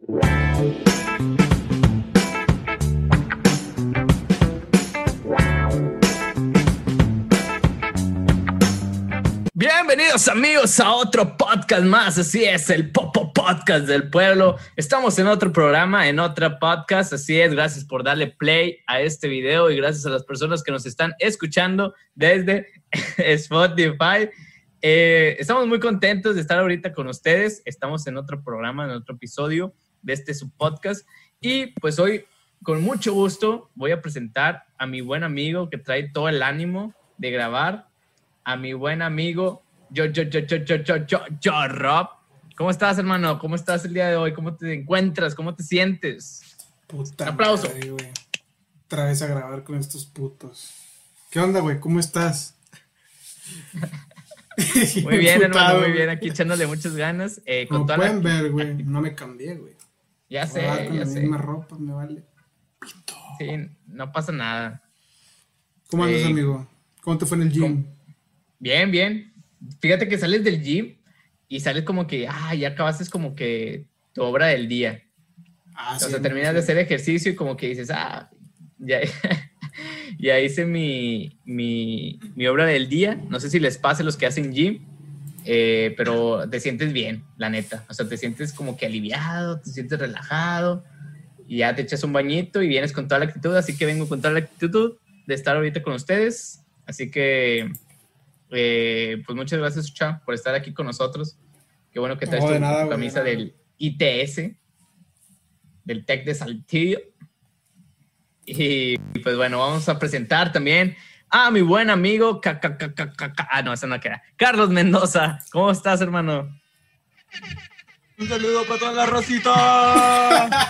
Bienvenidos amigos a otro podcast más, así es, el Popo Podcast del Pueblo. Estamos en otro programa, en otra podcast, así es, gracias por darle play a este video y gracias a las personas que nos están escuchando desde Spotify. Estamos muy contentos de estar ahorita con ustedes, estamos en otro programa, en otro episodio de este subpodcast y pues hoy con mucho gusto voy a presentar a mi buen amigo que trae todo el ánimo de grabar, a mi buen amigo yo, Rob. ¿Cómo estás, hermano? ¿Cómo estás el día de hoy? ¿Cómo te encuentras? ¿Cómo te sientes? Puta Un aplauso. Madre, güey. Otra vez a grabar con estos putos. ¿Qué onda, güey? ¿Cómo estás? Muy bien, hermano, muy bien. Aquí echándole muchas ganas. Como pueden ver, güey, no me cambié, güey. Ya sé, con ya la sé. misma ropa, me vale. Pito. Sí, no pasa nada. ¿Cómo andas, amigo? ¿Cómo te fue en el gym? Bien, bien. Fíjate que sales del gym y sales como que, ya acabaste como que tu obra del día. O sea, terminas de hacer ejercicio y como que dices, ya hice mi obra del día. No sé si les pase a los que hacen gym, pero te sientes bien, la neta. O sea, te sientes como que aliviado, te sientes relajado y ya te echas un bañito y vienes con toda la actitud. Así que vengo con toda la actitud de estar ahorita con ustedes. Así que... pues muchas gracias, Ucha, por estar aquí con nosotros. Qué bueno que traes tu camisa del ITS, del TEC de Saltillo. Y pues bueno, vamos a presentar también a mi buen amigo no, esa no queda. Carlos Mendoza, ¿cómo estás, hermano? Un saludo para toda la rosita.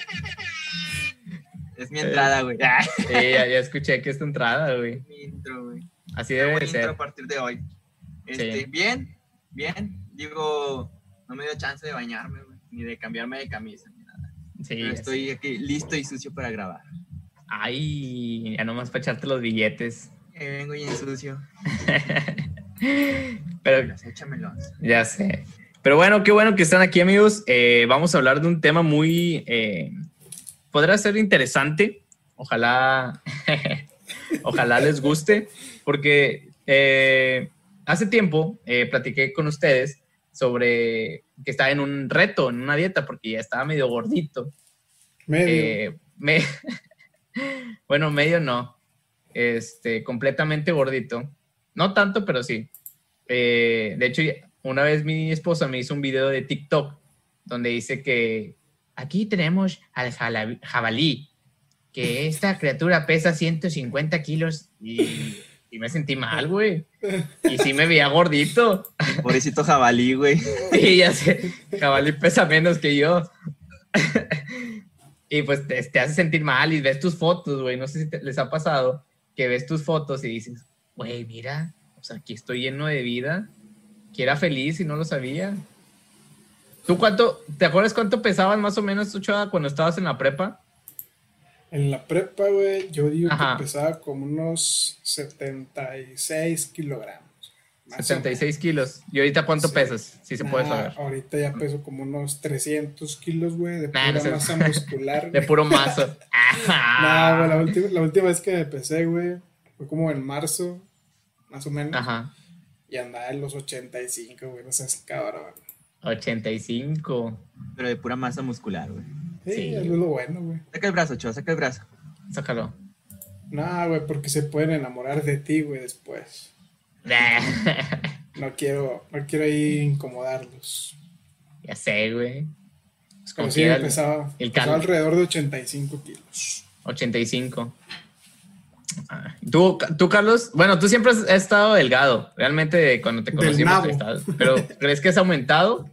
Es mi entrada, güey. Sí, ya escuché que es tu entrada, güey. Mi intro, güey. Así debe de ser. A partir de hoy. Sí. Bien. Digo, no me dio chance de bañarme, güey, ni de cambiarme de camisa, ni nada. Sí. Pero estoy aquí listo y sucio para grabar. Ay, ya nomás para echarte los billetes. Vengo bien sucio. Pero Échamelos. ya sé. Pero bueno, qué bueno que están aquí, amigos. Vamos a hablar de un tema muy... podrá ser interesante. Ojalá... Ojalá les guste, porque hace tiempo platiqué con ustedes sobre que estaba en un reto, en una dieta, porque ya estaba medio gordito. Medio. Bueno, medio no. Completamente gordito. No tanto, pero sí. De hecho, una vez mi esposa me hizo un video de TikTok donde dice que aquí tenemos al jabalí, que esta criatura pesa 150 kilos y me sentí mal, güey. Y sí me veía gordito. Pobrecito jabalí, güey. Sí, ya sé. Jabalí pesa menos que yo. Y pues te hace sentir mal y ves tus fotos, güey. No sé si les ha pasado que ves tus fotos y dices, güey, mira, o sea, aquí estoy lleno de vida. Que era feliz y no lo sabía. ¿Tú te acuerdas cuánto pesabas más o menos, Ochoa, cuando estabas en la prepa? En la prepa, güey, yo digo que pesaba como unos 76 kilogramos. 76 kilos. ¿Y ahorita cuánto pesas? Si se puede saber. Ahorita ya peso como unos 300 kilos, güey, de pura masa muscular. De puro mazo. Güey, la última vez que me pesé, güey, fue como en marzo, más o menos. Ajá. Y andaba en los 85, güey, no seas cabrón. 85. Pero de pura masa muscular, güey. Sí, es lo bueno, güey. Saca el brazo, Choa, saca el brazo. Sácalo. No, güey, porque se pueden enamorar de ti, güey, después. No quiero ahí incomodarlos. Ya sé, güey. Pues como si pesaba alrededor de 85 kilos. 85. ¿Tú, Carlos? Bueno, tú siempre has estado delgado. Realmente, cuando te conocimos, pero ¿crees que has aumentado?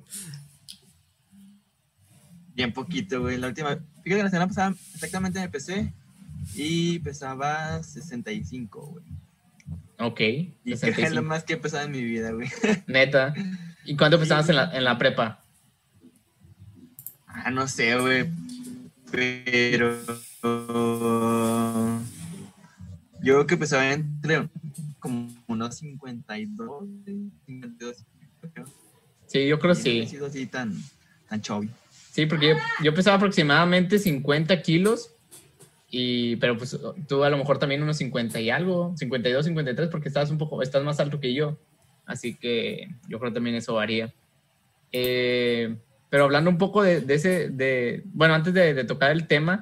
Bien poquito, güey. Fíjate que la semana pasada exactamente me pesé y pesaba 65, güey. Ok. Y que es lo más que he pesado en mi vida, güey. Neta. ¿Y cuánto pesabas en la prepa? No sé, güey. Pero yo creo que pesaba entre como unos 52, 52. Sí, yo creo que sí. No he sido así tan chubby. Sí, porque yo pesaba aproximadamente 50 kilos, pero pues tú a lo mejor también unos 50 y algo, 52, 53, porque estás más alto que yo. Así que yo creo que también eso varía. Pero hablando un poco bueno, antes de tocar el tema,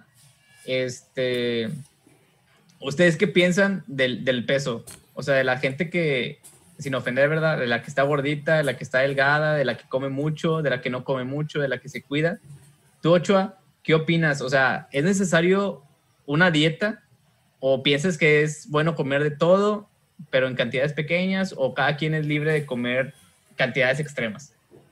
¿ustedes qué piensan del peso? O sea, de la gente que, sin ofender, ¿verdad? De la que está gordita, de la que está delgada, de la que come mucho, de la que no come mucho, de la que se cuida. Tú, Ochoa, ¿qué opinas? O sea, ¿es necesario una dieta? ¿O piensas que es bueno comer de todo, pero en cantidades pequeñas? ¿O cada quien es libre de comer cantidades extremas?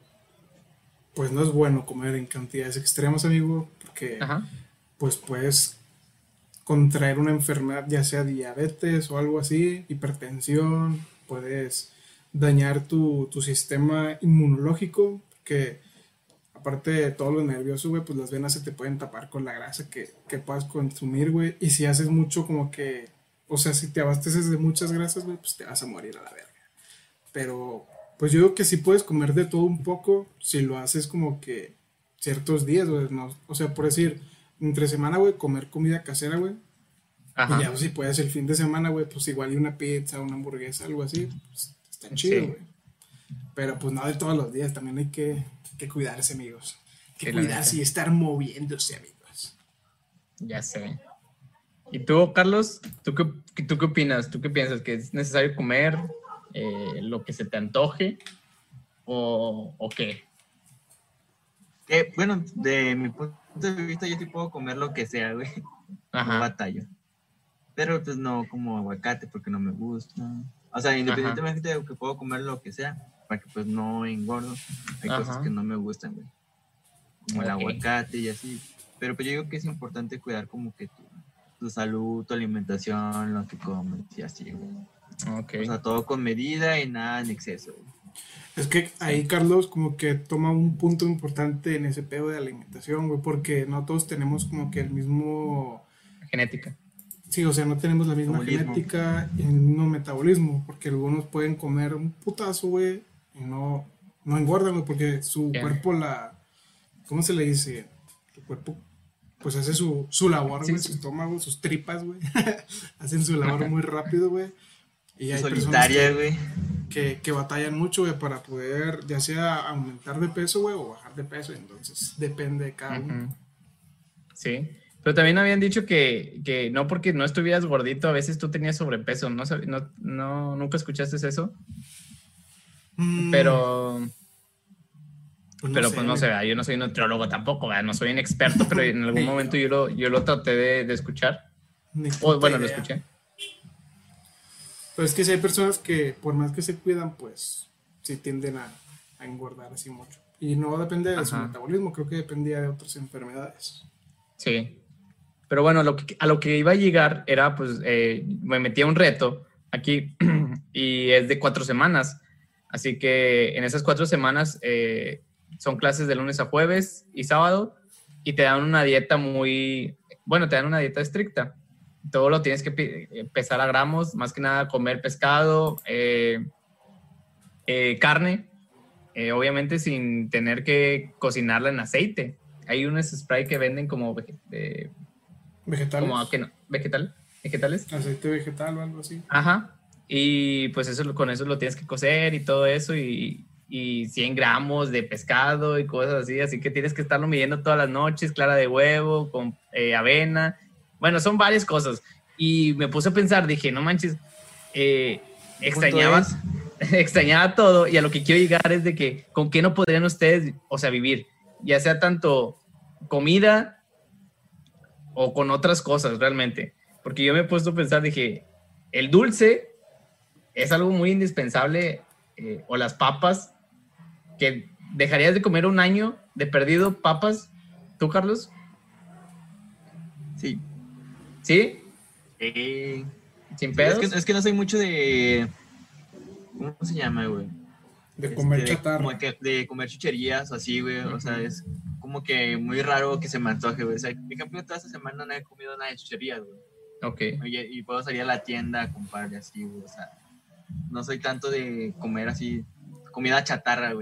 Pues no es bueno comer en cantidades extremas, amigo, porque Ajá. pues puedes contraer una enfermedad, ya sea diabetes o algo así, hipertensión, puedes dañar tu sistema inmunológico, que aparte de todo lo nervioso, güey, pues las venas se te pueden tapar con la grasa que puedas consumir, güey, y si haces mucho como que, o sea, si te abasteces de muchas grasas, güey, pues te vas a morir a la verga. Pero pues yo digo que sí puedes comer de todo un poco si lo haces como que ciertos días, güey, no, o sea, por decir, entre semana, güey, comer comida casera, güey. Y ya, Ajá. pues, si puedes el fin de semana, güey, pues igual y una pizza, una hamburguesa, algo así, pues está chido, Sí, güey. Pero pues no de todos los días, también hay que cuidarse, amigos. Que sí, la cuidarse neta. y estar moviéndose, amigos. Ya sé. ¿Y tú, Carlos? ¿Tú qué opinas? ¿Tú qué piensas? ¿Que es necesario comer lo que se te antoje o qué? Bueno, de mi punto de vista, yo sí puedo comer lo que sea, güey. No Ajá, batallo. Pero pues no como aguacate porque no me gusta. O sea, ajá, independientemente de que puedo comer lo que sea, para que pues no engordo, hay cosas que ajá. no me gustan, güey. Como el Ok, aguacate y así. Pero pues yo digo que es importante cuidar como que tu salud, tu alimentación, lo que comes y así, güey. ok. O sea, todo con medida y nada en exceso, güey. Es que Sí. ahí Carlos como que toma un punto importante en ese pedo de alimentación, güey, porque no todos tenemos como que el mismo. Genética. Sí, o sea, no tenemos la misma Metabolismo. genética y el mismo metabolismo, porque algunos pueden comer un putazo, güey, y no engordan, güey, porque su Ya. cuerpo ¿cómo se le dice? Tu cuerpo, pues hace su labor, Sí, güey, su sí. estómago, sus tripas, güey, hacen su labor muy rápido, güey, y Tu hay personas solitaria, güey. que batallan mucho, güey, para poder ya sea aumentar de peso, güey, o bajar de peso, entonces depende de cada uno. Ujú. Sí. Pero también habían dicho que no porque no estuvieras gordito, a veces tú tenías sobrepeso. ¿No, nunca escuchaste eso? Mm, Pero, pues no pero sé, pues no sé, amigo. ¿verdad? Yo no soy nutriólogo tampoco, ¿verdad? No soy un experto, pero en algún Ni momento yo, yo lo traté de escuchar. ni O puta bueno, lo idea. escuché. Pero es que si hay personas que, por más que se cuidan, pues sí tienden a engordar así mucho. Y no depende de su Ajá, metabolismo, creo que dependía de otras enfermedades. sí. Pero bueno, a lo que iba a llegar era, pues, me metí a un reto aquí y es de 4 semanas. Así que en esas 4 semanas son clases de lunes a jueves y sábado y te dan una dieta te dan una dieta estricta. Todo lo tienes que pesar a gramos, más que nada comer pescado, carne, obviamente sin tener que cocinarla en aceite. Hay unos spray que venden como Vegetales, que no, vegetales. aceite vegetal o algo así. Ajá. Y pues con eso lo tienes que cocer y todo eso y 100 gramos de pescado y cosas así. Así que tienes que estarlo midiendo todas las noches, clara de huevo, con avena. Bueno, son varias cosas. Y me puse a pensar, dije, no manches, El punto es, extrañaba todo y a lo que quiero llegar es de que con qué no podrían ustedes, o sea, vivir, ya sea tanto comida o con otras cosas realmente. Porque yo me he puesto a pensar, dije, el dulce es algo muy indispensable, o las papas, que dejarías de comer un año de perdido papas, ¿tú, Carlos? sí. ¿Sí? Eh, ¿Sin sí, pedos? es que no soy mucho de. ¿Cómo se llama, güey? De comer Como chatarra. que de comer chucherías o así, güey. O sea, Uh-huh. es como que muy raro que se me antoje, güey. O sea, por ejemplo, toda esta semana no he comido nada de chucherías, güey. Ok. Oye, y puedo salir a la tienda a comprar y así, güey. O sea, no soy tanto de comer así comida chatarra, güey.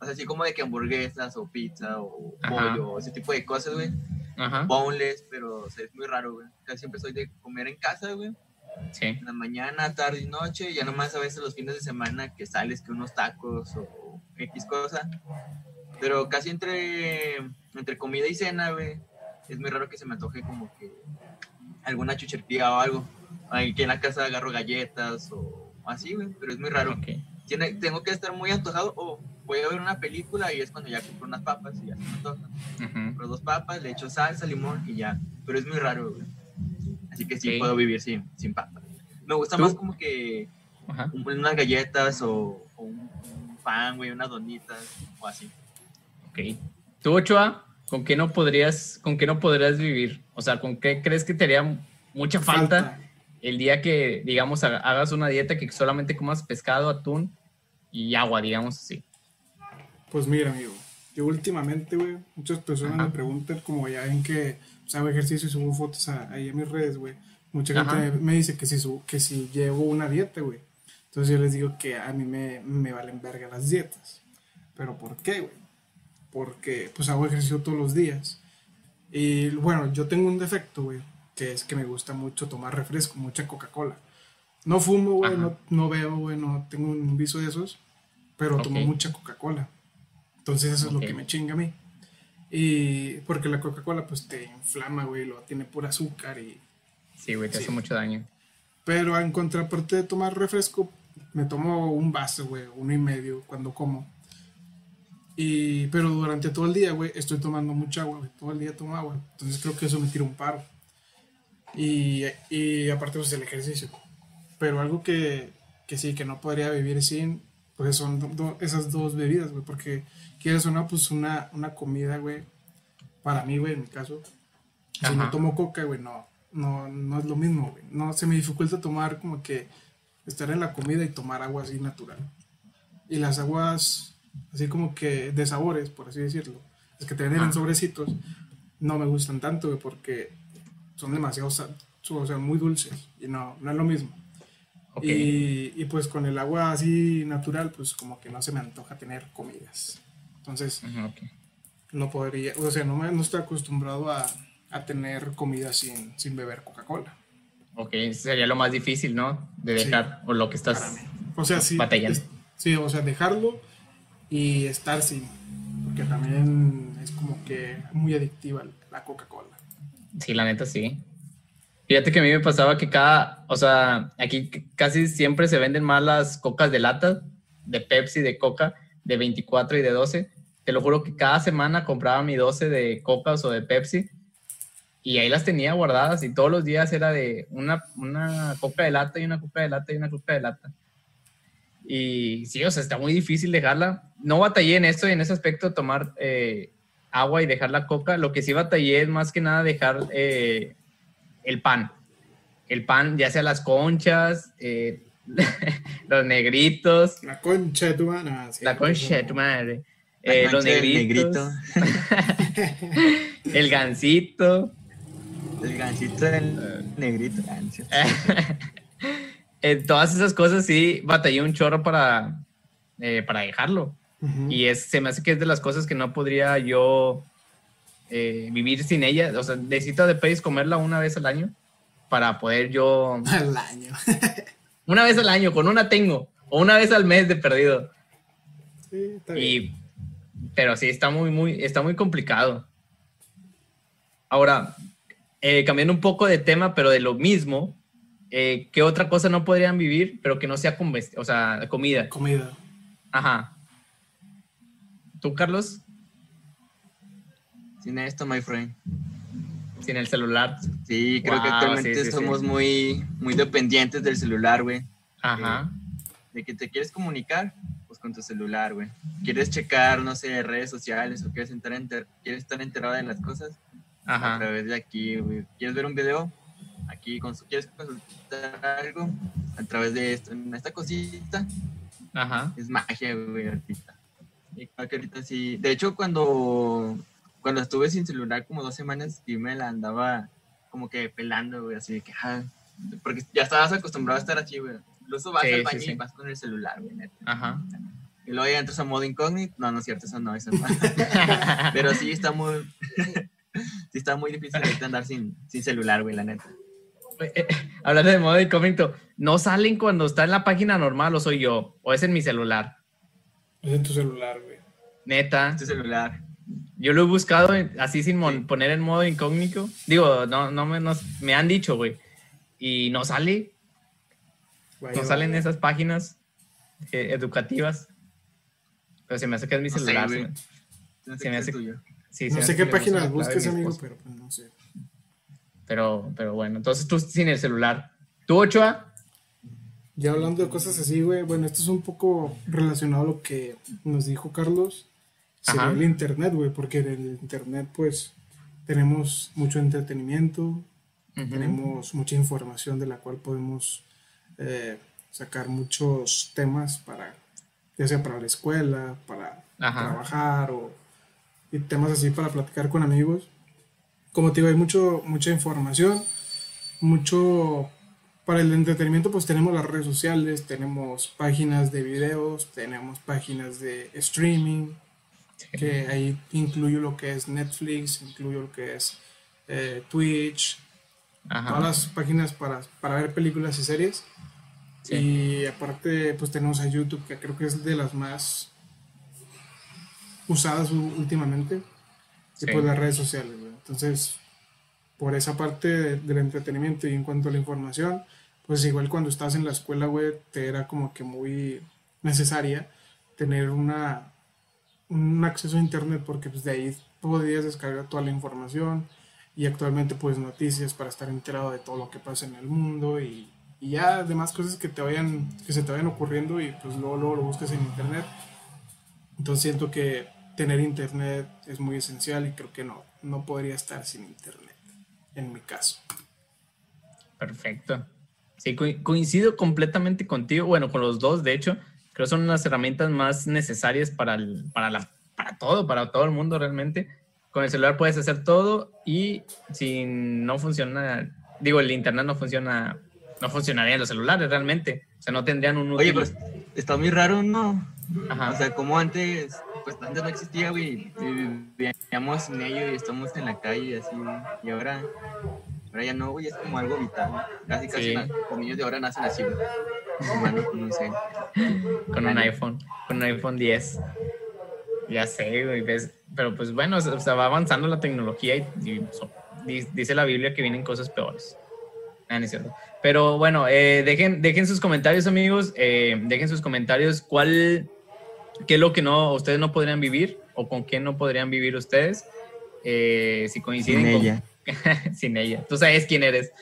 O sea, así como de que hamburguesas o pizza o Ajá. pollo, ese tipo de cosas, güey. Ajá. Boneless, pero o sea, es muy raro, güey. Casi siempre soy de comer en casa, güey. Sí. En la mañana, tarde y noche. Y ya nomás a veces los fines de semana que sales que unos tacos o X cosa. Pero casi entre comida y cena, güey, es muy raro que se me antoje como que alguna chucherpía o algo. Aquí en la casa agarro galletas o así, güey, pero es muy raro. Ok. Tengo que estar muy antojado o voy a ver una película y es cuando ya compro unas papas y ya se me antoja. Ujú. Compro 2 papas, le echo salsa, limón y ya. Pero es muy raro, güey. Así que sí Ok. puedo vivir sin papas. Me gusta ¿Tú? más como que Ajá. unas galletas o un pan, güey, unas donitas o así. Ok. ¿Tú, Ochoa, con qué no podrías vivir? O sea, ¿con qué crees que te haría mucha falta el día que, digamos, hagas una dieta que solamente comas pescado, atún y agua, digamos así? Pues mira, amigo, yo últimamente, güey, muchas personas me Ajá. preguntan, como ya ven que pues, hago ejercicio y subo fotos ahí en mis redes, güey. Mucha gente Ajá. me dice que si llevo una dieta, güey. Entonces yo les digo que a mí me valen verga las dietas. ¿Pero por qué, güey? Porque pues hago ejercicio todos los días. Y bueno, yo tengo un defecto, güey, que es que me gusta mucho tomar refresco, mucha Coca-Cola. No fumo, güey, Ajá. no bebo, güey, no tengo un vicio de esos, pero Ok. tomo mucha Coca-Cola. Entonces eso es lo Ok. que me chinga a mí. Y porque la Coca-Cola pues te inflama, güey, lo tiene pura azúcar y Sí, güey, te sí. hace mucho daño. Pero en contraparte de tomar refresco, me tomo un vaso, güey, 1,5 cuando como. Pero durante todo el día, güey, estoy tomando mucha agua, güey. Todo el día tomo agua. Entonces creo que eso me tira un paro. Y aparte, pues el ejercicio. Pero algo que sí, que no podría vivir sin, pues son esas dos bebidas, güey. Porque quieres o no, pues una comida, güey. Para mí, güey, en mi caso, si no Ajá. tomo coca, güey, no es lo mismo, güey. No, se me dificulta tomar como que estar en la comida y tomar agua así natural. Y las aguas, así como que de sabores, por así decirlo, las que te venden en Ajá. sobrecitos, no me gustan tanto, güey, porque son demasiado, o sea, muy dulces y no es lo mismo. Ok. Y pues con el agua así natural, pues como que no se me antoja tener comidas. Entonces, Ujú, ok. no podría, o sea, no estoy acostumbrado a tener comida sin beber Coca-Cola. Ok, sería lo más difícil, ¿no? De Sí, dejar, o lo que para mí. estás O sea, sí, batallando. sí, o sea, dejarlo y estar sin, porque también es como que muy adictiva la Coca-Cola. Sí, la neta, sí. Fíjate que a mí me pasaba que o sea, aquí casi siempre se venden más las cocas de lata, de Pepsi, de Coca, de 24 y de 12. Te lo juro que cada semana compraba mi 12 de Cocas o de Pepsi y ahí las tenía guardadas y todos los días era de una coca de lata y una coca de lata y una coca de lata. Y sí, o sea, está muy difícil dejarla. No batallé en esto y en ese aspecto tomar agua y dejar la coca. Lo que sí batallé es más que nada dejar el pan. El pan, ya sea las conchas, los negritos, La concha de tu mano, la cierto, eso concha de tu no. madre, La los concha del negrito, negritos, el gansito, el gancito del negrito. Ah, no, cierto. todas esas cosas sí batallé un chorro para dejarlo. Ujú. Y se me hace que es de las cosas que no podría yo vivir sin ella. O sea, necesito de Pace comerla una vez al año para poder yo, Al año. una vez al año, con una tengo, o una vez al mes de perdido. Sí, está bien. Pero sí, está muy complicado. Ahora, cambiando un poco de tema, pero de lo mismo, ¿qué otra cosa no podrían vivir, pero que no sea o sea, comida? Comida. Ajá. ¿Tú, Carlos? Sin esto, my friend. Sin el celular. Sí, creo que Wow, sí, actualmente sí, sí. somos muy dependientes del celular, güey. Ajá. De que te quieres comunicar, pues con tu celular, güey. Quieres checar, no sé, redes sociales o quieres estar enterado de las cosas a Ajá. través de aquí, güey. ¿Quieres ver un video? Aquí, quieres consultar algo a través de esto. En esta cosita Ajá. es magia, güey, ahorita. Y creo que ahorita sí. De hecho, cuando estuve sin celular como 2 semanas, sí me la andaba como que pelando, güey, así de que, porque ya estabas acostumbrado a estar así, güey. Incluso vas al Sí, sí, baño y sí. vas con el celular, güey, neta. Ajá. Y luego ya entras a modo incógnito. No, no es cierto, eso no. Pero sí está muy... sí está muy difícil ahorita andar sin celular, güey, la neta. Hablando de modo incógnito, ¿no salen cuando está en la página normal o soy yo? ¿O es en mi celular? Es en tu celular, güey. Neta. Tu celular. Yo lo he buscado así sin poner en modo incógnito. Digo, no me han dicho, güey. Y no sale. No salen esas páginas educativas. Pero se me hace que es mi celular. Se me hace tuyo. Sí, no sé qué páginas busques, amigo, pero pues no sé. Pero bueno, entonces tú sin el celular. ¿Tú, Ochoa? Ya hablando de cosas así, güey. Bueno, esto es un poco relacionado a lo que nos dijo Carlos. Sería el internet, güey, porque en el internet, pues, tenemos mucho entretenimiento, tenemos mucha información de la cual podemos sacar muchos temas para, ya sea para la escuela, para trabajar y temas así para platicar con amigos. Como te digo, hay mucha información, mucho para el entretenimiento, pues tenemos las redes sociales, tenemos páginas de videos, tenemos páginas de streaming, que ahí incluyo lo que es Netflix, incluyo lo que es Twitch, todas las páginas para ver películas y series. Sí. Y aparte, pues tenemos a YouTube, que creo que es de las más usadas últimamente. Sí. Y pues las redes sociales, ¿no? Entonces, por esa parte del entretenimiento y en cuanto a la información, pues igual cuando estás en la escuela, güey, te era como que muy necesaria tener un acceso a internet, porque pues de ahí podías descargar toda la información y actualmente pues noticias para estar enterado de todo lo que pasa en el mundo y ya demás cosas que se te vayan ocurriendo y pues luego lo buscas en internet. Entonces siento que tener internet es muy esencial y creo que no podría estar sin internet, en mi caso. Perfecto. Sí, coincido completamente contigo, bueno, con los dos, de hecho. Creo que son las herramientas más necesarias para todo el mundo realmente. Con el celular puedes hacer todo y si no funciona, el internet no funcionaría en los celulares realmente. O sea, no tendrían un útil. Oye, pero está muy raro, ¿no? O sea, como antes no existía, güey, vivíamos en ello y estamos en la calle así, y ahora ya no, güey, es como algo vital. Casi sí. Los niños de ahora nacen así, güey. Humano, no sé. Con un iPhone 10. Ya sé, güey, pero pues bueno, o sea, va avanzando la tecnología y dice la Biblia que vienen cosas peores. No es cierto. Pero bueno, dejen sus comentarios, amigos. Dejen sus comentarios qué es lo que ustedes no podrían vivir o con qué no podrían vivir ustedes. Si coinciden sin ella. Sin ella. Tú sabes quién eres.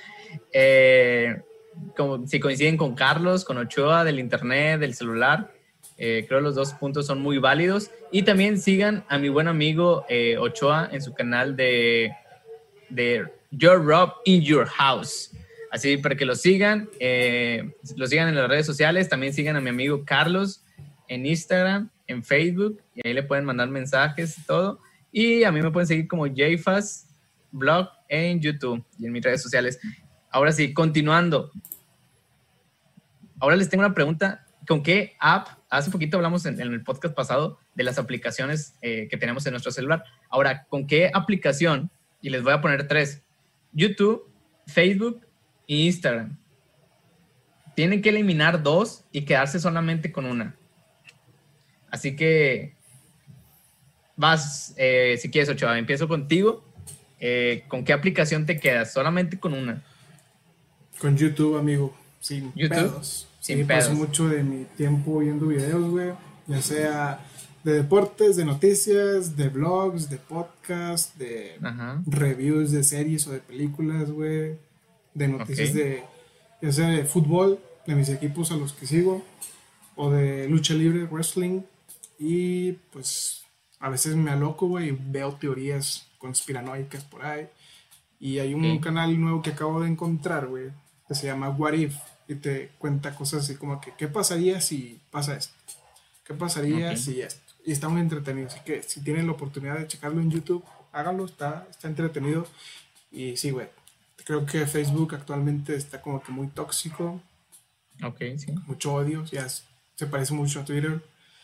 Si coinciden con Carlos, con Ochoa, del internet, del celular. Creo los dos puntos son muy válidos. Y también sigan a mi buen amigo Ochoa en su canal de Your Rob in Your House. Así para que lo sigan en las redes sociales. También sigan a mi amigo Carlos en Instagram, en Facebook, y ahí le pueden mandar mensajes y todo. Y a mí me pueden seguir como JFAS Blog en YouTube y en mis redes sociales. Ahora sí, continuando. Ahora les tengo una pregunta. ¿Con qué app? Hace poquito hablamos en el podcast pasado de las aplicaciones que tenemos en nuestro celular. Ahora, ¿con qué aplicación? Y les voy a poner 3. YouTube, Facebook e Instagram. Tienen que eliminar 2 y quedarse solamente con una. Así que vas, si quieres, Ochoa, empiezo contigo. ¿Con qué aplicación te quedas? Solamente con una. Con YouTube, amigo. Sin YouTube. Pedos. Sí, paso mucho de mi tiempo viendo videos, güey. Ya sea de deportes, de noticias, de vlogs, de podcasts, de reviews de series o de películas, güey. De noticias ya sea de fútbol, de mis equipos a los que sigo. O de lucha libre, wrestling. Y pues a veces me aloco, güey, y veo teorías conspiranoicas por ahí. Y hay un canal nuevo que acabo de encontrar, güey, que se llama What If. Y te cuenta cosas así como que, ¿qué pasaría si pasa esto? ¿Qué pasaría si esto? Y está muy entretenido. Así que si tienen la oportunidad de checarlo en YouTube, háganlo, está entretenido. Y sí, güey, creo que Facebook actualmente está como que muy tóxico. Sí. Mucho odio, ya se parece mucho a Twitter.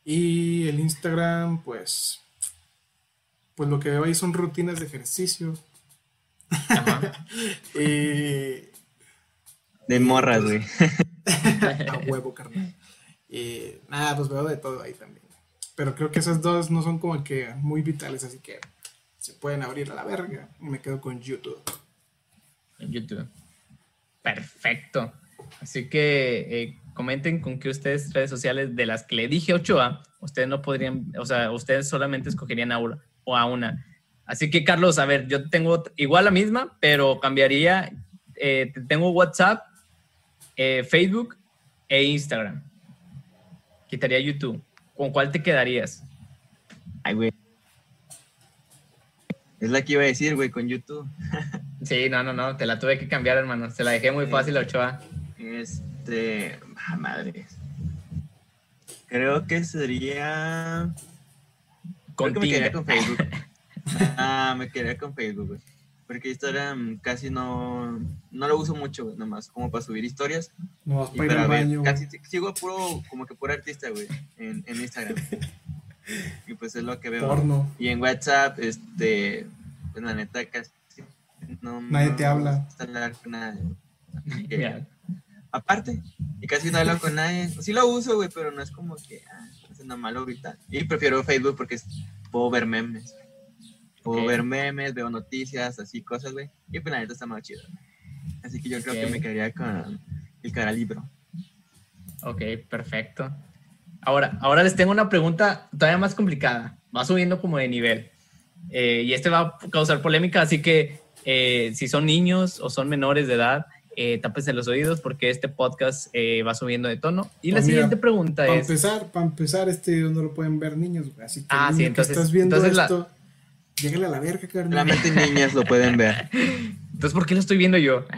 Y el Instagram, pues lo que veo ahí son rutinas de ejercicio. Ajá. Y De morras, güey. a huevo, carnal. Y nada, pues veo de todo ahí también. Pero creo que esas dos no son como que muy vitales, así que se pueden abrir a la verga. Y me quedo con YouTube. En YouTube. Perfecto. Así que comenten con qué ustedes, redes sociales de las que le dije Ochoa, ustedes no podrían, o sea, ustedes solamente escogerían a una o a una. Así que, Carlos, a ver, yo tengo igual la misma, pero cambiaría. Tengo WhatsApp, Facebook e Instagram. Quitaría YouTube. ¿Con cuál te quedarías? Ay, güey. Es la que iba a decir, güey, con YouTube. Sí, no, te la tuve que cambiar, hermano. Se la dejé muy fácil a Ochoa. Madre. Creo que sería... Con Creo que me quedaría Tinder. con Facebook. Me quedaría con Facebook, güey. Porque Instagram casi no lo uso mucho, güey, nomás como para subir historias. No vas Y para ir para al ver, baño. casi sigo como que puro artista, güey, en Instagram. Y pues es lo que veo. Porno. Y en WhatsApp, pues la neta casi Nadie te habla. me gusta hablar con nadie. Así que, Ya. aparte, y casi no hablo con nadie. Sí lo uso, güey, pero no es como que es nada malo ahorita. Y prefiero Facebook porque puedo ver memes. Puedo Ok. ver memes, veo noticias, así cosas, güey. Y pues la neta está más chido. Así que yo creo que Ok. me quedaría con el cara libro. Ok, perfecto. Ahora les tengo una pregunta todavía más complicada. Va subiendo como de nivel. Y este va a causar polémica, así que si son niños o son menores de edad, tápense los oídos porque este podcast va subiendo de tono. Y la Pues mira, siguiente pregunta Para es... empezar, este video no lo pueden ver niños, güey. Así que Ah, niño sí, que entonces- estás viendo entonces esto, llégale a la verga, carnal. Solamente niñas lo pueden ver. Entonces, ¿por qué lo estoy viendo yo?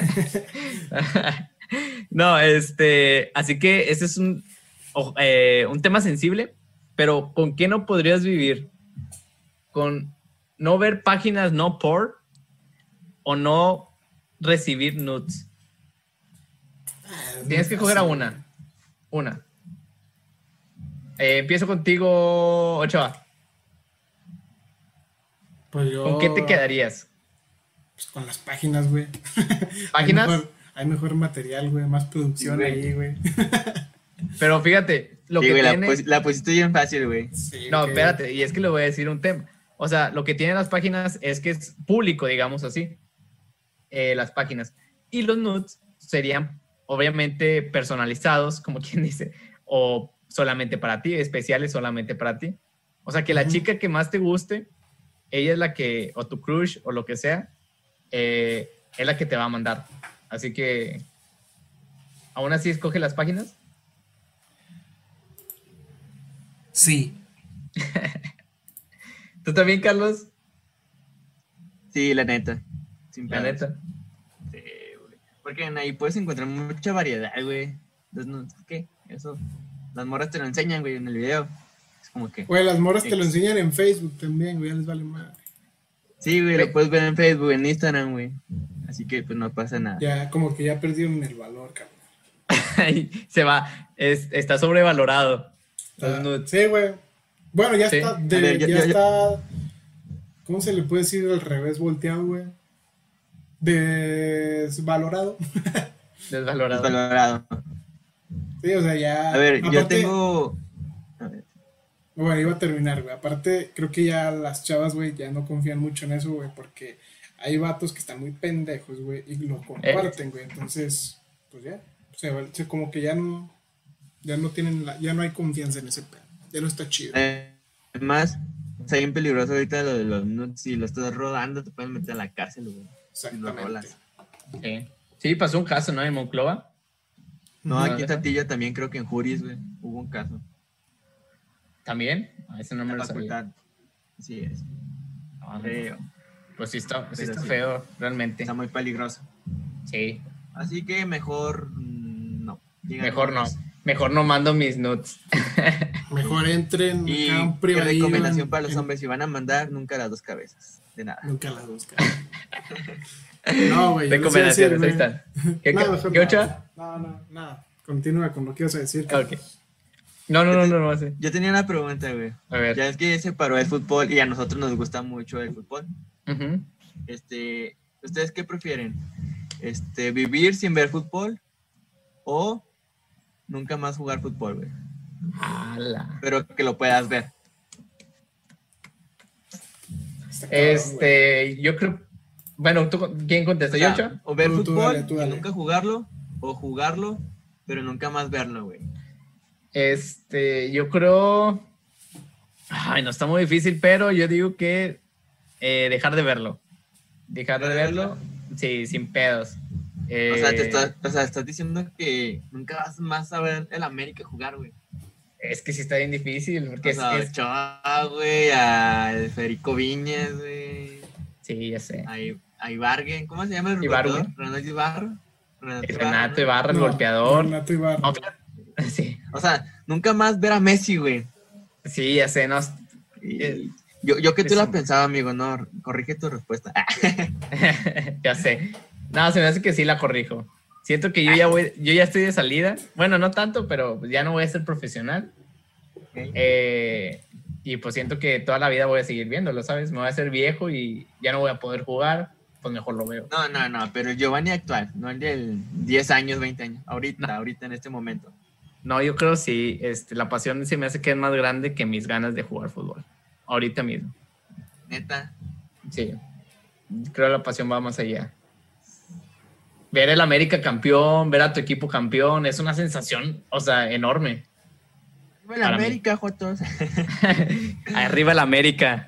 No, así que ese es un tema sensible, pero ¿con qué no podrías vivir? ¿Con no ver páginas no por o no recibir nudes? Tienes que coger a una. Una. Empiezo contigo, Ochoa. Pues yo, ¿Con qué te quedarías? pues, con las páginas, güey. ¿Páginas? Hay mejor material, güey. Más producción Sí, güey. ahí, güey. Pero fíjate, lo Sí, que güey, tiene... la pusiste bien fácil, güey. Sí, No, ok. espérate, y es que le voy a decir un tema. O sea, lo que tienen las páginas es que es público, digamos así, las páginas. Y los nudes serían, obviamente, personalizados, como quien dice, o solamente para ti, especiales solamente para ti. O sea, que la Ujú. chica que más te guste, ella es la que, o tu crush, o lo que sea, es la que te va a mandar. Así que, aún así, escoge las páginas. Sí. ¿Tú también, Carlos? Sí, la neta. Sin La pedos. neta. Sí, güey. Porque ahí puedes encontrar mucha variedad, güey. Entonces, no, ¿qué? Eso. Las morras te lo enseñan, güey, en el video. Es como que. Güey, las morras te lo enseñan en Facebook también, güey. Ya les vale madre. Sí, güey, lo puedes ver en Facebook, en Instagram, güey. Así que, pues, no pasa nada. Ya, como que ya perdieron el valor, cabrón. Ahí se va. Está sobrevalorado. Los nudes. Sí, güey. Bueno, ya Sí. está. A ver, Ya está. ¿Cómo se le puede decir al revés volteado, güey? Desvalorado. Desvalorado. Valorado. Sí, o sea, ya. A ver, yo aparte- tengo. A ver. Bueno, iba a terminar, güey. Aparte, creo que ya las chavas, güey, ya no confían mucho en eso, güey, porque hay vatos que están muy pendejos, güey, y lo comparten, güey. Entonces, pues ya. Como que ya no tienen, ya no hay confianza en ese pedo. Ya no está chido. Además, está bien peligroso ahorita lo de los nudes. Si lo estás rodando, te pueden meter a la cárcel, güey. Si lo Exactamente. rolas. Sí. Sí, pasó un caso, ¿no? En Monclova. No, Ujú. aquí en Tatilla también creo que en Juris, güey, hubo un caso. ¿También? A ese no En me la lo sabía. facultad. Así es. Ah, Feo. pues sí está Pero sí. feo, realmente. Está muy peligroso. Sí. Así que mejor no. Digan Mejor no. nombres. Mejor no mando mis nudes. Mejor entren Y acá un qué privadillo recomendación para los en- hombres, si van a mandar, nunca las dos cabezas. De nada. Nunca las buscan. No, güey. yo les iba a Recomendaciones, decir, ahí güey. están. ¿Qué, No, qué, mejor qué, no. Ochoa? No, nada. Continúa con lo que ibas a decir. Ok. No sé. Yo tenía una pregunta, güey. A ver. Ya es que se paró el fútbol y a nosotros nos gusta mucho el fútbol. Ujú. ¿Ustedes qué prefieren? ¿Vivir sin ver fútbol o nunca más jugar fútbol, güey? ¡Hala! Pero que lo puedas ver. Está cabrón, güey. Yo creo. Bueno, ¿quién contesta? O sea, ¿Yo, Ochoa? o ver Tú fútbol dale, tú y dale. nunca jugarlo, o jugarlo, pero nunca más verlo, güey. Yo creo. Ay, no está muy difícil, pero yo digo que dejar de verlo. Dejar de verlo, sí, sin pedos. O sea, estás diciendo que nunca vas más a ver el América jugar, güey. Es que sí está bien difícil, porque O sea, es. Ochoa, güey, al Federico Viñas, güey. Sí, ya sé. A Ibargüen, ¿cómo se llama el Ibargüen. golpeador? Renato Ibarra. Renato Ibarra, el No, golpeador. Renato Ibarra. No, sí, O sea, nunca más ver a Messi, güey. sí, ya sé, no. Yo que tú Sí. la pensaba, amigo, no, corrige tu respuesta. Ya sé. No, se me hace que sí la corrijo. Siento que yo ya estoy de salida. Bueno, no tanto, pero ya no voy a ser profesional. Ok. Y pues siento que toda la vida voy a seguir viéndolo, ¿sabes? Me voy a hacer viejo y ya no voy a poder jugar, pues mejor lo veo. No, pero el Giovanni actual, no el del 10 años, 20 años. Ahorita en este momento. No, yo creo sí, la pasión se me hace que es más grande que mis ganas de jugar fútbol. Ahorita mismo. Neta. Sí. Creo que la pasión va más allá. Ver el América campeón, ver a tu equipo campeón, es una sensación, o sea, enorme. Viva la Para mí. América, Jotos. Arriba el América.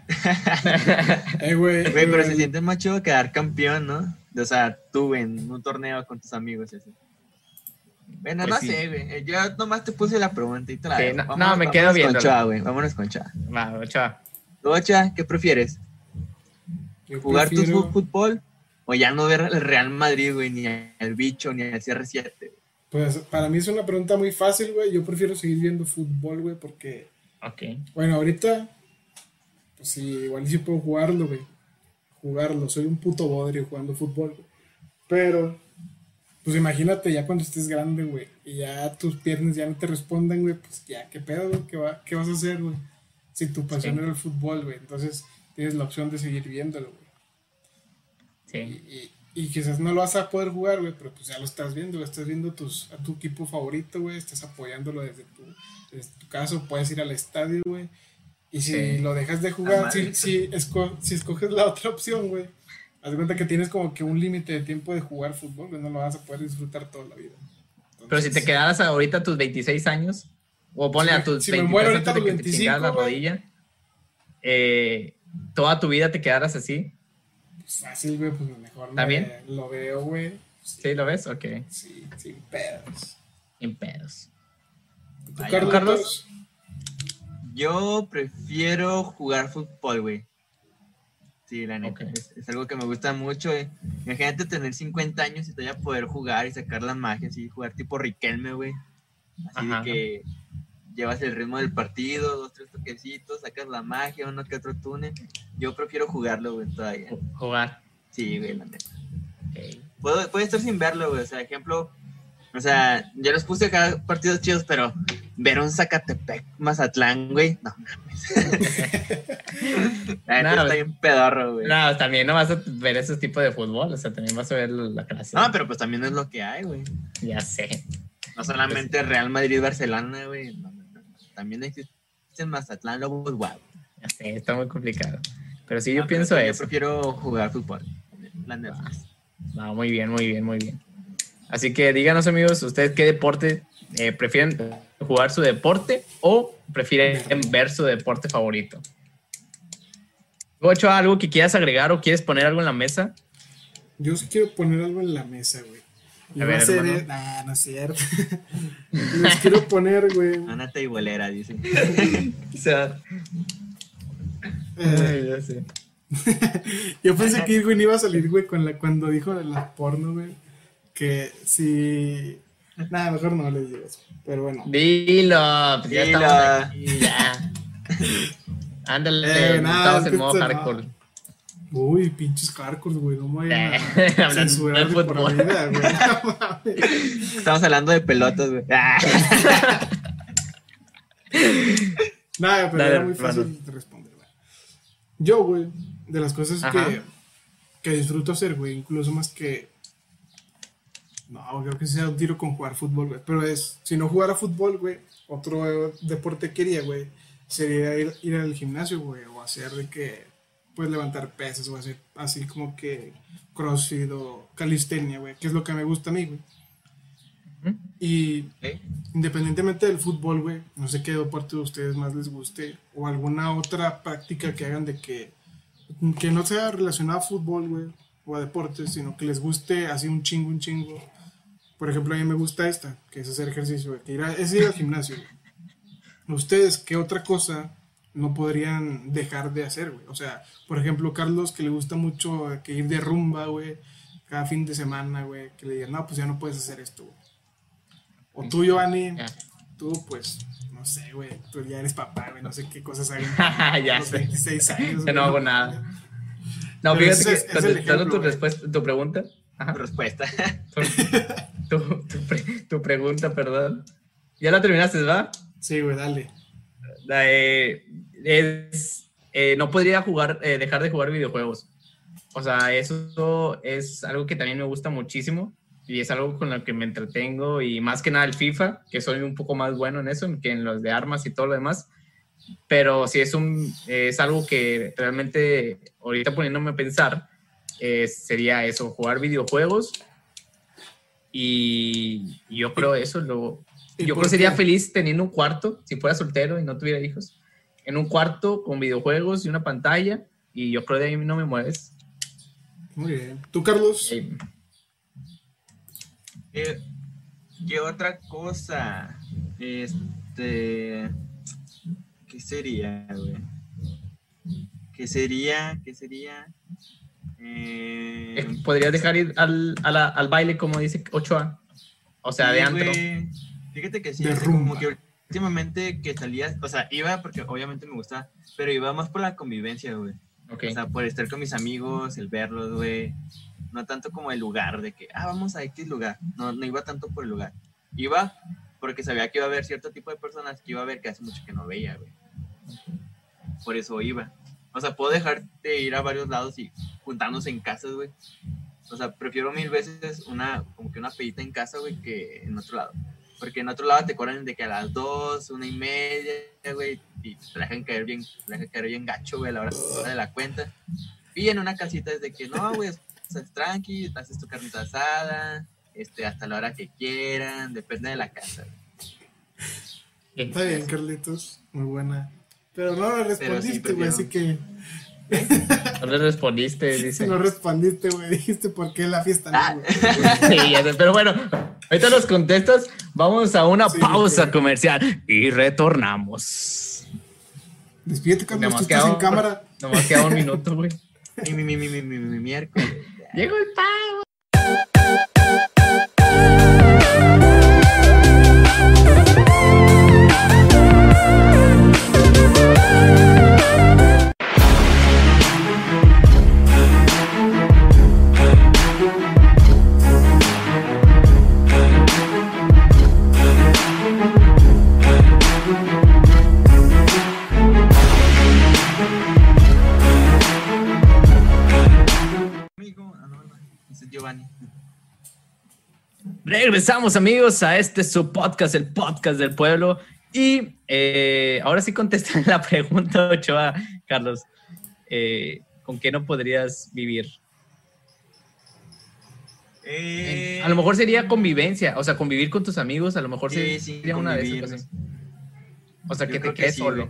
Güey. Güey, pero se siente más chido quedar campeón, ¿no? O sea, tú en un torneo con tus amigos, así. Bueno, Pues no sí. sé, güey. Yo nomás te puse la pregunta y te la Sí, dejo. me quedo Vámonos viéndola. con Choa, güey. Vámonos con Choa. Va, Ochoa. ¿Tú, Ochoa, qué prefieres? Yo ¿Jugar prefiero- tu fútbol o ya no ver el Real Madrid, güey, ni al bicho, ni al CR7? Pues para mí es una pregunta muy fácil, güey. Yo prefiero seguir viendo fútbol, güey, porque, Ok. bueno, ahorita, pues sí, igual sí puedo jugarlo, güey. Jugarlo, soy un puto bodrio jugando fútbol, güey. Pero, pues imagínate ya cuando estés grande, güey, y ya tus piernas ya no te responden, güey, pues ya, ¿qué pedo, güey? ¿Qué vas a hacer, güey? Si tu pasión Sí. era el fútbol, güey. Entonces tienes la opción de seguir viéndolo, güey. Sí. Y quizás no lo vas a poder jugar, güey, pero pues ya lo estás viendo, estás viendo a tu equipo favorito, güey, estás apoyándolo desde tu caso, puedes ir al estadio, güey, y si Sí. lo dejas de jugar, madre. si escoges la otra opción, güey, haz de cuenta que tienes como que un límite de tiempo de jugar fútbol, güey, no lo vas a poder disfrutar toda la vida. Pero si te Entonces, quedaras ahorita a tus 26 años, o ponle Si a me- tus si me 23 muero antes ahorita de a que los te chingaras la 25, güey. rodilla, toda tu vida te quedaras así. pues fácil, güey, pues mejor ¿Está bien? lo veo, güey, ¿Sí lo ves? Ok. sí, sin pedos. Sin pedos. ¿Tú, Vaya, Carlos? Yo prefiero jugar fútbol, güey. Sí, la neta. Ok. Es algo que me gusta mucho, güey. Imagínate tener 50 años y todavía poder jugar y sacar la magia, así, jugar tipo Riquelme, güey. Así Ajá. de que llevas el ritmo del partido, 2, 3 toquecitos, sacas la magia, uno que otro túnel. Yo prefiero jugarlo, güey, todavía. Jugar. Sí, güey, la neta. Ok. Puedo estar sin verlo, güey. O sea, ejemplo, o sea, ya los puse acá partidos chidos, pero ver un Zacatepec Mazatlán, güey, no mames. La neta No, está bien pedorro, güey. No, también no vas a ver ese tipo de fútbol, o sea, también vas a ver la clase. No, pero pues también es lo que hay, güey. Ya sé. No solamente Real Madrid, Barcelona, güey. No. También existen Mazatlán, Lobos, guau. Ya sé, está muy complicado. Pero sí, yo No, pienso pero sí, eso. Yo prefiero jugar fútbol. La neta. No, muy bien, muy bien, muy bien. Así que díganos, amigos, ¿ustedes qué deporte prefieren jugar su deporte o prefieren ver su deporte favorito? Ocho, ¿algo que quieras agregar o quieres poner algo en la mesa? Yo sí quiero poner algo en la mesa, güey. Y A va ver, a ser. hermano. Nah, no es cierto. Les quiero poner, güey. Anata y bolera, dice. O sea, ya sé. Yo pensé que Irwin iba a salir, güey, cuando dijo de las porno, güey. Que si. Nada, mejor no le digo eso. Pero bueno. Dilo, pues ya Dilo. estamos aquí, ya. Ándale, nada, estamos en modo esto no. hardcore. Uy, pinches hardcore, güey. No me vayan a Hablando censurar de de por fútbol. vida, güey. No mames. Estamos hablando de pelotas, güey. Ah. Nada, pero Dale, era muy hermano. fácil de responder, güey. Yo, güey, de las cosas Ajá. que disfruto hacer, güey, incluso más que... No, creo que sea un tiro con jugar fútbol, güey. Pero si no jugara fútbol, güey, otro deporte que quería, güey, sería ir al gimnasio, güey, o hacer de que, pues, levantar pesas, o hacer así como que CrossFit o calistenia, güey, que es lo que me gusta a mí, güey. Ujú. Y ¿Eh? independientemente del fútbol, güey, no sé qué deporte de ustedes más les guste, o alguna otra práctica que hagan de que no sea relacionada a fútbol, güey, o a deportes, sino que les guste así un chingo, un chingo. Por ejemplo, a mí me gusta esta, que es hacer ejercicio, güey, es ir al gimnasio, güey. ¿Ustedes qué otra cosa no podrían dejar de hacer, güey? O sea, por ejemplo, Carlos, que le gusta mucho que ir de rumba, güey, cada fin de semana, güey, que le digan, no, pues ya no puedes hacer esto, güey. O tú, Giovanni, Ya. tú, pues, no sé, güey, tú ya eres papá, güey, no sé qué cosas hagan Ya a los sé. 26 años. Ya no güey, hago nada. No, Pero fíjate ese que es el contestando ejemplo, tu güey. respuesta, tu pregunta. Ajá. Respuesta. Tu pregunta, perdón. Ya la terminaste, ¿va? Sí, güey, dale. No podría dejar de jugar videojuegos. O sea, eso es algo que también me gusta muchísimo y es algo con lo que me entretengo y más que nada el FIFA, que soy un poco más bueno en eso que en los de armas y todo lo demás. Pero sí es algo que realmente ahorita poniéndome a pensar sería eso, jugar videojuegos y yo creo eso ¿Y yo por creo que sería qué? feliz teniendo un cuarto, si fuera soltero y no tuviera hijos, en un cuarto con videojuegos y una pantalla y yo creo de ahí no me mueves. Muy bien. ¿Tú, Carlos? ¿Qué otra cosa? ¿Qué sería, güey? ¿Qué sería? Podrías dejar ir al baile como dice Ochoa, o sea, Sí, de antro. güey. Fíjate que sí, De o sea, como rumba. que últimamente que salías, o sea, iba porque obviamente me gusta, pero iba más por la convivencia, güey. Okay. O sea, por estar con mis amigos, el verlos, güey. No tanto como el lugar de que, vamos a X lugar. No iba tanto por el lugar. Iba porque sabía que iba a haber cierto tipo de personas que iba a ver que hace mucho que no veía, güey. Por eso iba. O sea, puedo dejar de ir a varios lados y juntarnos en casas, güey. O sea, prefiero mil veces como que una pedita en casa, güey, que en otro lado. Porque en otro lado te cobran de que a las 2, 1:30, güey, y te dejan caer bien gacho, güey, a la hora de la cuenta. Y en una casita es de que, no, güey, estás tranqui, haces tu carnita asada, hasta la hora que quieran, depende de la casa. Güey. Está bien, Carlitos. Muy buena. Pero no le respondiste, güey, así que... No le respondiste, dice. No respondiste, güey. Dijiste por qué la fiesta no, güey. Sí, ya sé, pero bueno, ahorita nos contestas. Vamos a una Sí, pausa ok. comercial y retornamos. Despídete, Carlos, Nomás tú estás en queda- cámara. Nomás queda un minuto, güey. Mi miércoles. Llegó el pago. Amigo, no, ese es Giovanni. Regresamos, amigos, a su podcast, el podcast del pueblo. Y ahora sí contestan la pregunta, Ochoa, Carlos. ¿Con qué no podrías vivir? A lo mejor sería convivencia, o sea, convivir con tus amigos, a lo mejor Sí, sería una de convivir, esas cosas. O sea, Yo que te creo que quedes sí, solo. güey.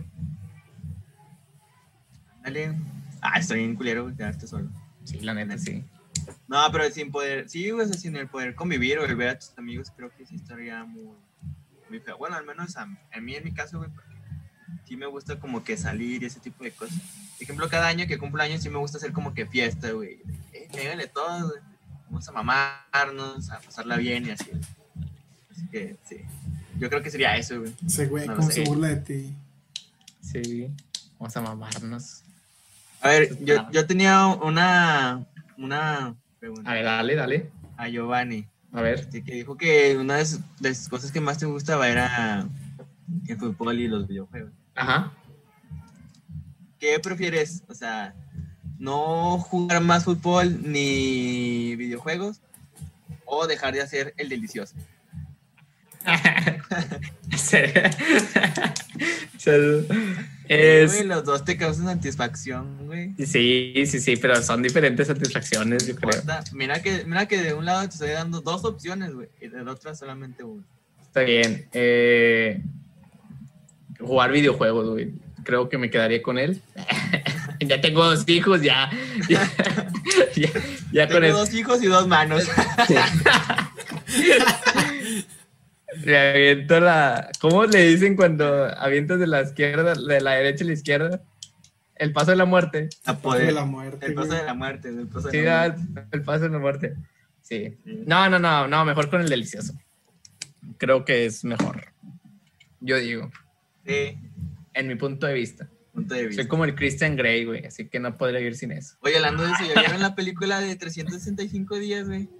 Dale. Estoy bien culero, güey, quedarte solo. Sí, la neta, sí. No, pero sin poder, sí, güey, o sea, sin el poder convivir o el ver a tus amigos, creo que sí estaría muy feo. Bueno, al menos en mi caso, güey, porque sí me gusta como que salir y ese tipo de cosas. Por ejemplo, cada año que cumplo años sí me gusta hacer como que fiesta, güey. Llévenle todos, güey. Vamos a mamarnos, a pasarla bien y así. Así que, sí. Yo creo que sería eso, güey. Ese güey, No lo cómo sé. se burla de ti. Sí, vamos a mamarnos. A ver, yo tenía una pregunta A ver, dale. a Giovanni. A ver. Que dijo que una de las cosas que más te gustaba era el fútbol y los videojuegos. Ajá. ¿Qué prefieres? O sea, no jugar más fútbol ni videojuegos o dejar de hacer el delicioso. Güey, los dos te causan satisfacción, güey. Sí, pero son diferentes satisfacciones, yo creo. Mira que de un lado te estoy dando 2 opciones, güey, y del otro solamente una. Está bien. Jugar videojuegos, güey. Creo que me quedaría con él. Ya tengo 2 hijos, ya tengo con 2 hijos y 2 manos. Le aviento ¿cómo le dicen cuando avientas de la izquierda, de la derecha a la izquierda? El paso de la muerte. El paso de la muerte. El paso de la muerte. El paso de la muerte. Sí. No, mejor con el delicioso. Creo que es mejor. Yo digo. Sí. En mi punto de vista. Soy como el Christian Grey, güey, así que no podría vivir sin eso. Oye, hablando de eso, ¿ya vieron la película de 365 días, güey?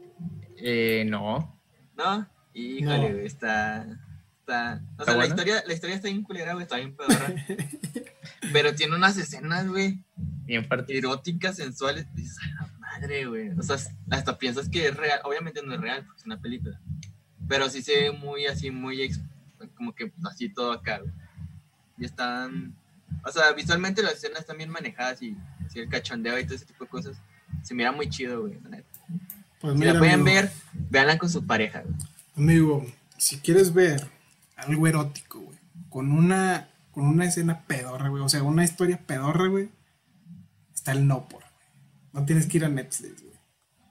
No. ¿No? Híjole, güey, está... O sea, la historia está bien culera, güey, está bien pedorra. Pero tiene unas escenas, güey, bien eróticas, sensuales. Dices, a la madre, güey. O sea, hasta piensas que es real. Obviamente no es real, porque es una película. Pero sí se ve muy así, como que así todo acá, güey. Y están... O sea, visualmente las escenas están bien manejadas y el cachondeo y todo ese tipo de cosas. Se mira muy chido, güey, la neta. Pues si mira, la pueden amigo, ver, véanla con su pareja, güey. Amigo, si quieres ver algo erótico, güey, con una escena pedorra, güey, o sea, una historia pedorra, güey, está el no por, güey. No tienes que ir a Netflix, güey.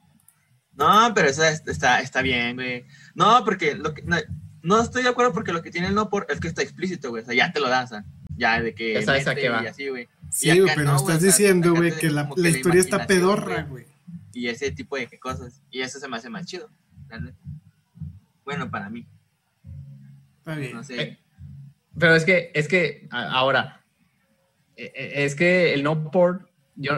No, pero eso está bien, güey. No, porque no estoy de acuerdo porque lo que tiene el no por es que está explícito, güey. O sea, ya te lo das, ya de que ya sabes a qué va. Y así, güey. Sí, güey, pero estás diciendo, güey, que la historia está pedorra, güey. Y ese tipo de cosas. Y eso se me hace más chido. Bueno, para mí. Está bien. No sé. Pero es que ahora, es que el no por,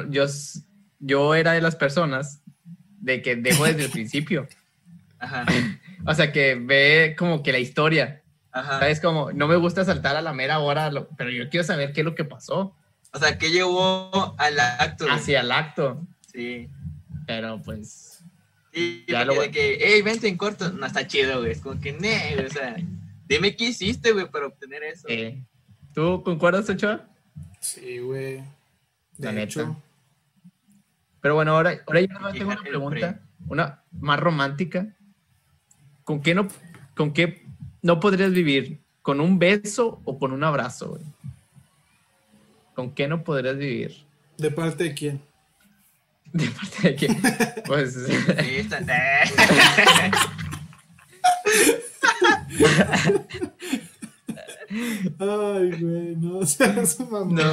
yo era de las personas de que dejo desde el principio. Ajá. O sea, que ve como que la historia. Ajá. ¿Sabes? Como, no me gusta saltar a la mera hora, pero yo quiero saber qué es lo que pasó. O sea, ¿qué llevó al acto? Hacia el acto. Sí. Pero pues... Sí, de que, hey, vente en corto. No, está chido, güey. Es como que, güey, o sea, dime qué hiciste, güey, para obtener eso. ¿Tú concuerdas, Ochoa? Sí, güey. La De hecho. neta. Pero bueno, ahora yo tengo una pregunta, una más romántica. ¿Con qué no podrías vivir? ¿Con un beso o con un abrazo, güey? ¿Con qué no podrías vivir? ¿De parte de quién? ¿De parte de quién? Pues... Sí, está... Ay, güey, no seas mamón. No.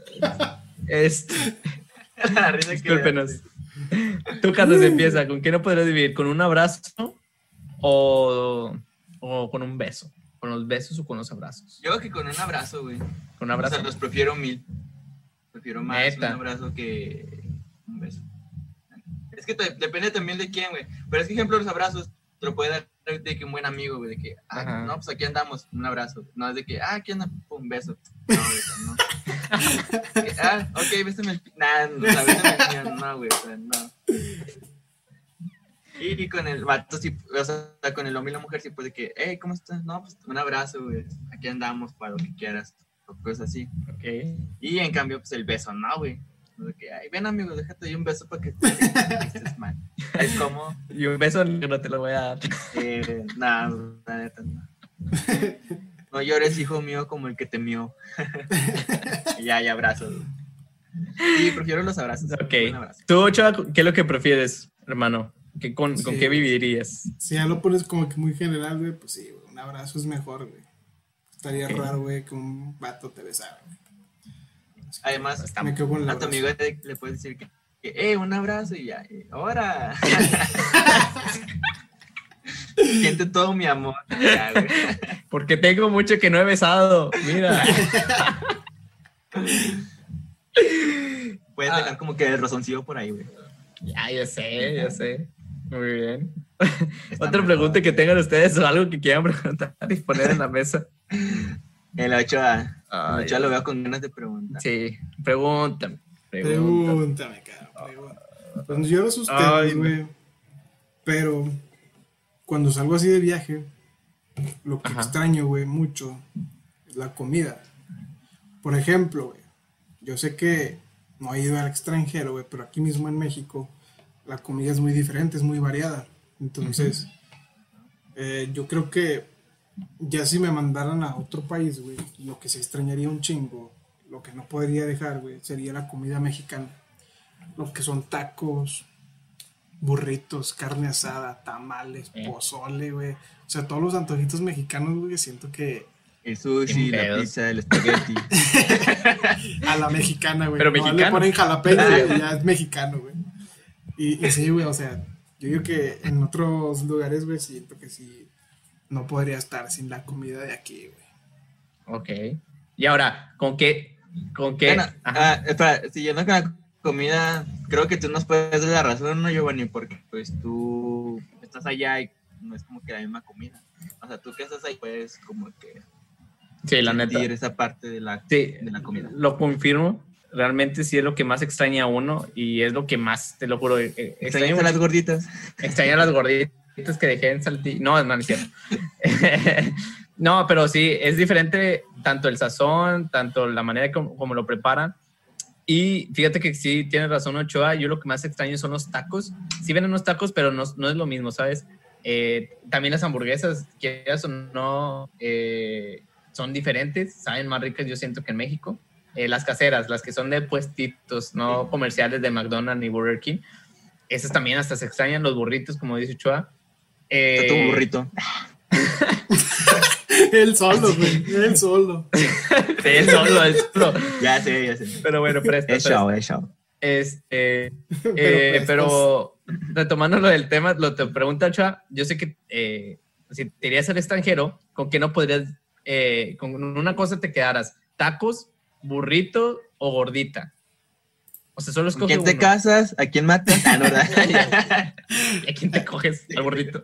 Discúlpenos. Tú, Carlos, empieza. ¿Con qué no podrías vivir? ¿Con un abrazo o con un beso? ¿Con los besos o con los abrazos? Yo creo que con un abrazo, güey. ¿Con un abrazo? O sea, los prefiero 1000. Prefiero más Neta. un abrazo que un beso. Es que depende también de quién, güey. Pero es que, ejemplo, los abrazos te lo puede dar de que un buen amigo, güey. De que, no, pues aquí andamos, un abrazo. No es de que, aquí anda, un beso. No, güey, no. Ok, bésame el... bésame el... No, güey, o sea, no. Y con el vato, sí, o sea, con el hombre y la mujer, sí, pues de que, hey, ¿cómo estás? No, pues un abrazo, güey. Aquí andamos para lo que quieras, o cosas así. Ok. Y en cambio, pues el beso, no, güey. De que, ay, ven, amigo, déjate ahí un beso para que estés mal. Es como... Y un beso no te lo voy a dar. No, la neta, no. No llores, hijo mío, como el que te mió. Ya, abrazos. Sí, prefiero los abrazos. Ok. Abrazo. Tú, Ochoa, ¿qué es lo que prefieres, hermano? ¿Con qué vivirías? Si ya lo pones como que muy general, güey, pues sí, güey, un abrazo es mejor, güey. Estaría raro, güey, que un vato te besara, güey. Además, me quedo con el a tu amigo le puedes decir que un abrazo y ya, ahora. Siente todo mi amor. Ya, güey. Porque tengo mucho que no he besado. Mira. Puedes dejar como que el rozoncillo por ahí, güey. Ya sé. Muy bien. Otra pregunta que tengan ustedes o algo que quieran preguntar y poner en la mesa. El Ochoa. Ay, El Ochoa lo veo con ganas de preguntar. Sí, pregúntame. Pregúntame, cabrón. Pues yo no sé Ay, ustedes, güey. Pero cuando salgo así de viaje, lo que Ajá. extraño, güey, mucho es la comida. Por ejemplo, güey, yo sé que no he ido al extranjero, güey, pero aquí mismo en México la comida es muy diferente, es muy variada. Entonces, yo creo que ya si me mandaran a otro país, güey, lo que se extrañaría un chingo, lo que no podría dejar, güey, sería la comida mexicana. Lo que son tacos, burritos, carne asada, tamales, pozole, güey. O sea, todos los antojitos mexicanos, güey, siento que El sushi, Sin la pedos. pizza, el espagueti. a la mexicana, güey. Pero Nomás mexicano. le ponen jalapeño y ya es mexicano, güey. Y sí, güey, o sea, yo digo que en otros lugares, güey, siento que sí, no podría estar sin la comida de aquí, güey. Ok. Y ahora, ¿con qué? Bueno, Ajá. espera, siguiendo con la comida, creo que tú nos puedes dar la razón, ¿no, Giovanni? Porque pues tú estás allá y no es como que la misma comida. O sea, tú que estás ahí puedes como que Sí, la neta. sentir esa parte de Sí, la comida. lo confirmo. Realmente sí es lo que más extraña a uno y es lo que más, te lo juro, extraño ¿Extrañas a las mucho. gorditas? Extraño las gorditas que dejé en Saltillo. No, no es cierto. No, pero sí, es diferente tanto el sazón, tanto la manera como lo preparan. Y fíjate que sí, tienes razón, Ochoa. Yo lo que más extraño son los tacos. Sí venden unos tacos, pero no es lo mismo, ¿sabes? También las hamburguesas, quieras o no, son diferentes, saben más ricas, yo siento, que en México. Las caseras, las que son de puestitos, no comerciales de McDonald's ni Burger King, esas también hasta se extrañan. Los burritos, como dice Ochoa. Está tu burrito. Él solo, güey, él solo. Sí, es solo. Ya sé. Pero bueno, presta. Es show, es show. Pero retomando lo del tema, lo te pregunta Ochoa, yo sé que si te irías al extranjero, ¿con qué no podrías, con una cosa te quedaras? ¿Tacos, burrito o gordita? O sea, solo ¿Con escoge quién te uno. casas? ¿A quién matas? Ah, no, ¿verdad? ¿Y a quién te coges? ¿Al gordito?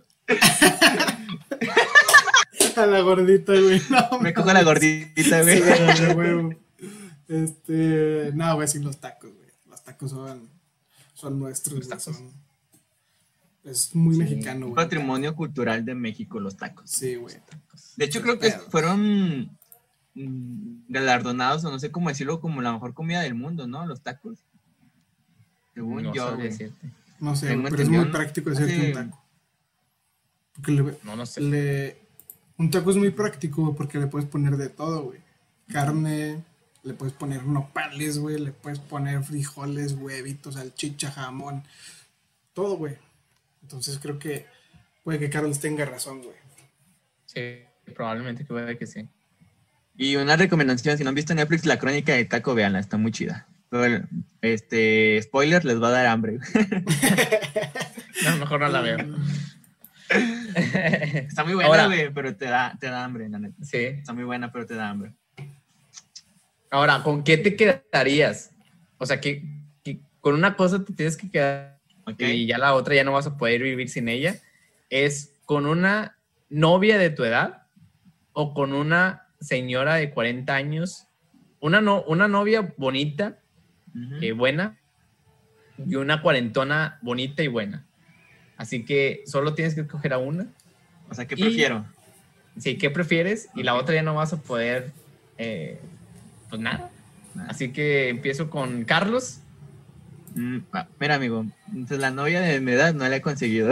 A la gordita, güey. No, Me cojo la gordita, güey. Sí, de huevo. No, güey, sin los tacos, güey. Los tacos son nuestros, Los güey. tacos. Es muy Sí. mexicano, Un güey. patrimonio cultural de México, los tacos. Sí, güey. De hecho, creo que fueron galardonados, o no sé cómo decirlo, como la mejor comida del mundo, ¿no? Los tacos. Según No yo, sabría güey. decirte. No sé, Tengo güey, pero es muy entendido, práctico hacerte hace- un taco. Porque No sé. un taco es muy práctico, güey, porque le puedes poner de todo, güey. Carne, le puedes poner nopales, güey, le puedes poner frijoles, huevitos, salchicha, jamón, todo, güey. Entonces creo que puede que Carlos tenga razón, güey. Sí, probablemente que puede que sí. Y una recomendación, si no han visto Netflix, la crónica de Taco, veanla, está muy chida. Pero, spoiler, les va a dar hambre. No, mejor no la veo. Está muy buena, Ahora, güey, pero te da hambre, la neta. sí. Está muy buena, pero te da hambre. Ahora, ¿con qué te quedarías? O sea, que con una cosa te tienes que quedar ¿Ok? y ya la otra ya no vas a poder vivir sin ella. ¿Es con una novia de tu edad o con una señora de 40 años? Una novia bonita, Ujú. buena, y una cuarentona bonita y buena. Así que solo tienes que escoger a una. O sea, ¿qué Y- prefiero? Sí, ¿qué prefieres? Y la Ok. otra ya no vas a poder, pues nada. Así que empiezo con Carlos. Mira, amigo, entonces la novia de mi edad no la he conseguido.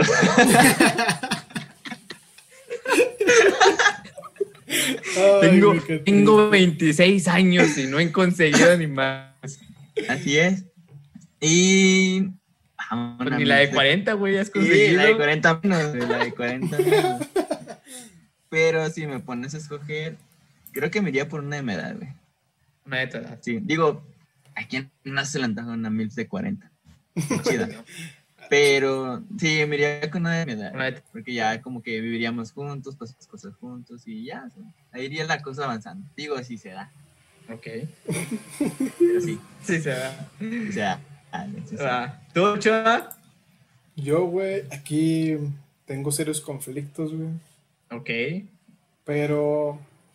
Tengo 26 años y no he conseguido ni más. Así es. Y... Pues ni la de 40, güey, has Sí, conseguido. la de 40 menos, güey, la de 40 menos. Pero si me pones a escoger, creo que me iría por una de mi edad, güey. Una de tu edad. Sí, digo, ¿a quién no se le antoja una MILF de 40? Chida. Pero sí, me iría con una de mi edad. Una de- Porque ya como que viviríamos juntos, pues cosas juntos y ya. ¿sí? Ahí iría la cosa avanzando. Digo, si se da. Ok. Pero sí, Sí, se va. o sea, sí, sí. ¿Tú, Chava? Yo, güey, aquí tengo serios conflictos, güey. Ok. Pero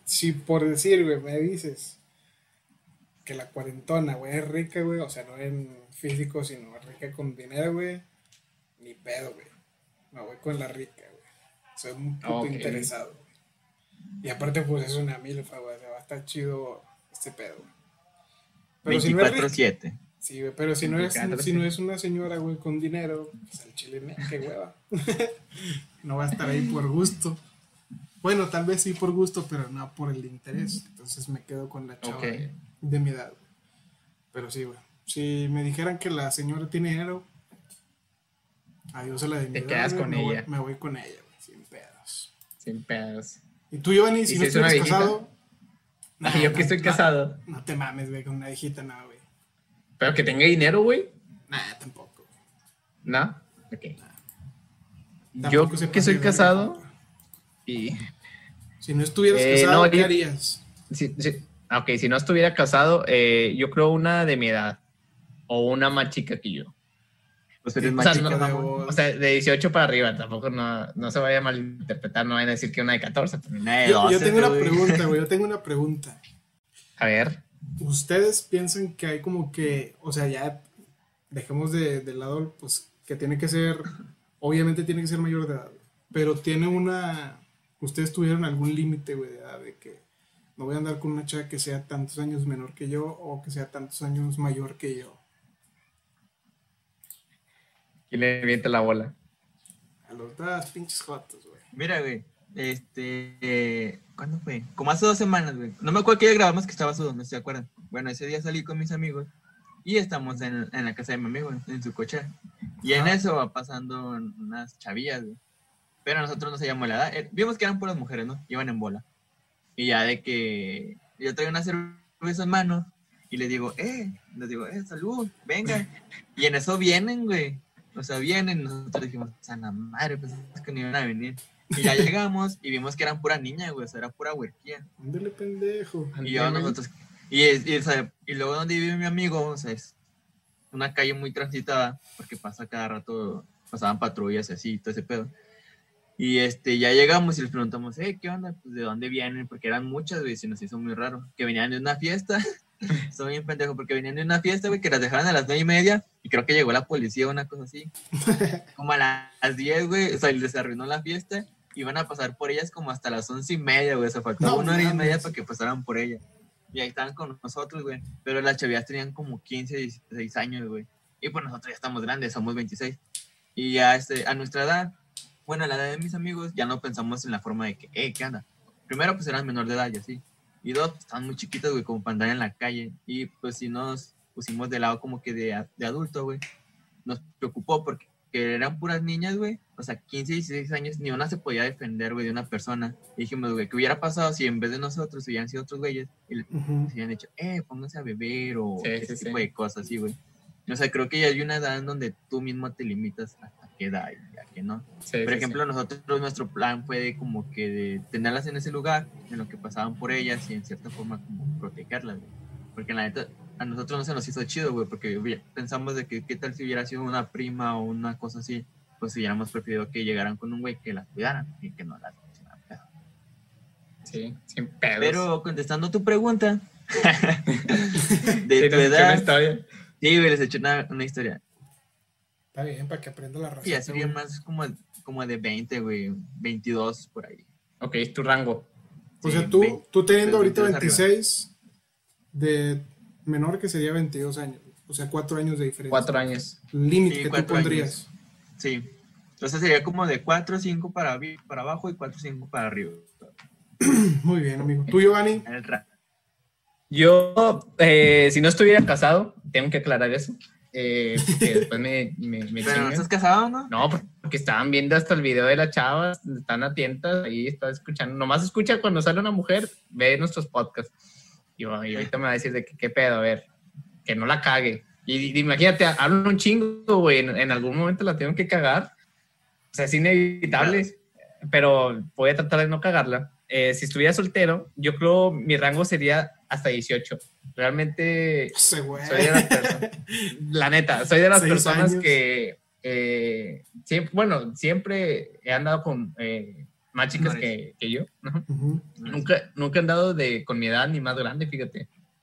si por decir, güey, me dices que la cuarentona, güey, es rica, güey, o sea, no en físico, sino rica con dinero, güey, ni pedo, güey. Me voy con la rica, güey. Soy un puto interesado, güey. Y aparte, pues es una milfa, güey, o sea, va a estar chido este pedo, güey. Pero 24/7. Sí, güey, pero si no es una señora, güey, con dinero, pues al chile, qué hueva. No va a estar ahí por gusto. Bueno, tal vez sí por gusto, pero no por el interés. Entonces me quedo con la chava de mi edad, güey. Pero sí, güey. Si me dijeran que la señora tiene dinero, adiós a la de mi edad. Te quedas con ella. Me voy con ella, güey, sin pedos. Sin pedos. ¿Y tú, Giovanni, si no estuvieras casado? Yo que estoy casado. No te mames, güey, con una viejita, nada, güey. Pero que tenga dinero, güey. Nah, tampoco. ¿No? Ok. Nah. Yo que soy casado y... Si no estuvieras casado, ¿qué harías? Ok, si no estuviera casado, yo creo una de mi edad. O una más chica que yo. Pues eres más chica. O sea, de 18 para arriba. Tampoco no se vaya a malinterpretar. No vayan a decir que una de 14. Pero una de 12, yo tengo una pregunta, güey. Yo tengo una pregunta. A ver. ¿Ustedes piensan que hay como que, o sea, ya dejemos de lado, pues, que tiene que ser, obviamente tiene que ser mayor de edad, pero tiene ustedes tuvieron algún límite, güey, de edad, de que no voy a andar con una chava que sea tantos años menor que yo o que sea tantos años mayor que yo? ¿Quién le avienta la bola? A los dos pinches jotos, güey. Mira, güey, ¿cuándo fue? Como hace 2 semanas, güey. No me acuerdo que ya grabamos que estaba sudando, ¿no se acuerdan? Bueno, ese día salí con mis amigos y estamos en la casa de mi amigo, en su coche. Y en eso va pasando unas chavillas, güey. Pero nosotros no sabíamos la edad. Vimos que eran puras mujeres, ¿no? Iban en bola. Y ya de que yo traigo una cerveza en mano y les digo, salud, venga. Y en eso vienen, güey. O sea, vienen, nosotros dijimos, sana madre, pues es que no iban a venir. Y ya llegamos y vimos que eran pura niña, güey, o sea, era pura huerquía. Ándale, pendejo. Y luego donde vive mi amigo, o sea, es una calle muy transitada, porque pasa cada rato, pasaban patrullas y así, todo ese pedo. Y ya llegamos y les preguntamos, ¿qué onda? Pues, ¿de dónde vienen? Porque eran muchas, güey, y se nos hizo muy raro. Que venían de una fiesta. Estoy bien pendejo, porque venían de una fiesta, güey, que las dejaron a las 9:30 y creo que llegó la policía o una cosa así. Como a las 10, güey, o sea, les arruinó la fiesta. Iban a pasar por ellas como hasta las 11:30, güey, o sea, faltaba 1 hora y media para que pasaran por ella. Y ahí estaban con nosotros, güey, pero las chavillas tenían como 15, 16 años, güey. Y pues nosotros ya estamos grandes, somos 26. Y ya a nuestra edad, bueno, a la edad de mis amigos, ya no pensamos en la forma de que, ¿qué anda? Primero, pues eran menor de edad y así. Y 2, pues, estaban muy chiquitas, güey, como para andar en la calle. Y pues sí nos pusimos de lado como que de adulto, güey. Nos preocupó porque eran puras niñas, güey. O sea, 15, 16 años, ni una se podía defender, güey, de una persona. Y dijimos, güey, ¿qué hubiera pasado si en vez de nosotros hubieran sido otros güeyes y les hubieran dicho, pónganse a beber o ese tipo de cosas así, güey? O sea, creo que ya hay una edad en donde tú mismo te limitas hasta qué edad y a qué no. Por ejemplo, nosotros, nuestro plan fue de como que de tenerlas en ese lugar, en lo que pasaban por ellas y en cierta forma como protegerlas, güey. Porque en la neta, a nosotros no se nos hizo chido, güey, porque pensamos de que qué tal si hubiera sido una prima o una cosa así, pues hubiéramos preferido que llegaran con un güey que las cuidaran y que no las hicieran pedo. Sí, sin pedos. Pero contestando tu pregunta, de tu edad... Sí, güey, les eché una historia. Está bien, para que aprenda la raza. Sí, sería más como de 20, güey, 22 por ahí. Ok, es tu rango. O sea, tú teniendo ahorita 26, de menor que sería 22 años. O sea, 4 años de diferencia. 4 años. Límite que tú pondrías. Años. Sí. Entonces sería como de 4 o 5 para abajo y 4 o 5 para arriba. Muy bien, amigo. ¿Tú, Giovanni? Yo, si no estuviera casado, tengo que aclarar eso. Que después me ¿Pero no estás casado, no? No, porque estaban viendo hasta el video de las chavas, están atentas, ahí está escuchando. Nomás escucha cuando sale una mujer, ve nuestros podcasts. Y ahorita me va a decir de que qué pedo, a ver, que no la cague. Y imagínate, hablan un chingo, güey, en algún momento la tengo que cagar. O sea, es inevitable, claro. Pero voy a tratar de no cagarla. Si estuviera soltero, yo creo mi rango sería hasta 18. Realmente soy de las personas, la neta, soy de las personas años. Que siempre he andado con más chicas No eres. que yo. Ajá. Ujú. Nunca he andado con mi edad ni más grande, fíjate.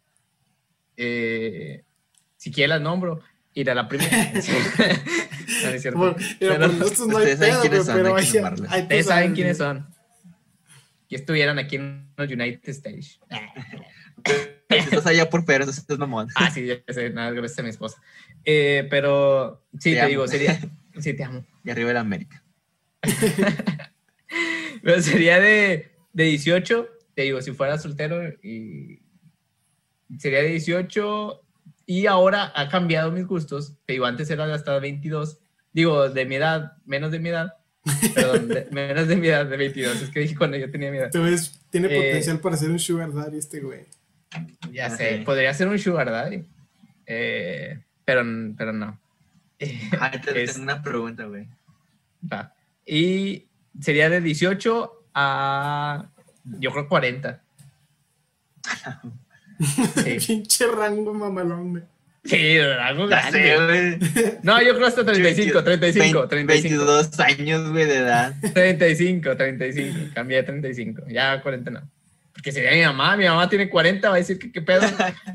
Si quieres las nombro. Ir a la primera. No, no es cierto. Bueno, mira, Pero por nosotros no hay ustedes saben pedo, quiénes güey, son, pero hay que ahí nombrarles. ahí tú ustedes saben sabes, quiénes güey. son. Que estuvieran aquí en los United States. Si estás allá por Fer, entonces es mamón. Ah, sí, ya sé, nada, gracias a mi esposa. Pero sí, te amo. digo, sería. Sí, te amo. Y arriba el América. Pero sería de 18, te digo, si fuera soltero, y sería de 18, y ahora ha cambiado mis gustos. Te digo, antes era de hasta 22. Digo, de mi edad, menos de mi edad. Perdón, menos de mi edad, de 22. Es que dije cuando yo tenía mi edad. Entonces, tiene Eh, potencial para ser un sugar daddy este güey. Ya Ah, sé, sí. podría ser un sugar daddy. Pero no. Es- Tengo una pregunta, güey. Va. Y sería de 18 a, yo creo, 40. Sí, Pinche rango mamalón, güey. sí, algo Ya sé, grande. güey. No, yo creo hasta 35. 22 años, güey, de edad. 35. Cambié a 35. Ya 40 no. Porque sería mi mamá tiene 40, va a decir que qué pedo.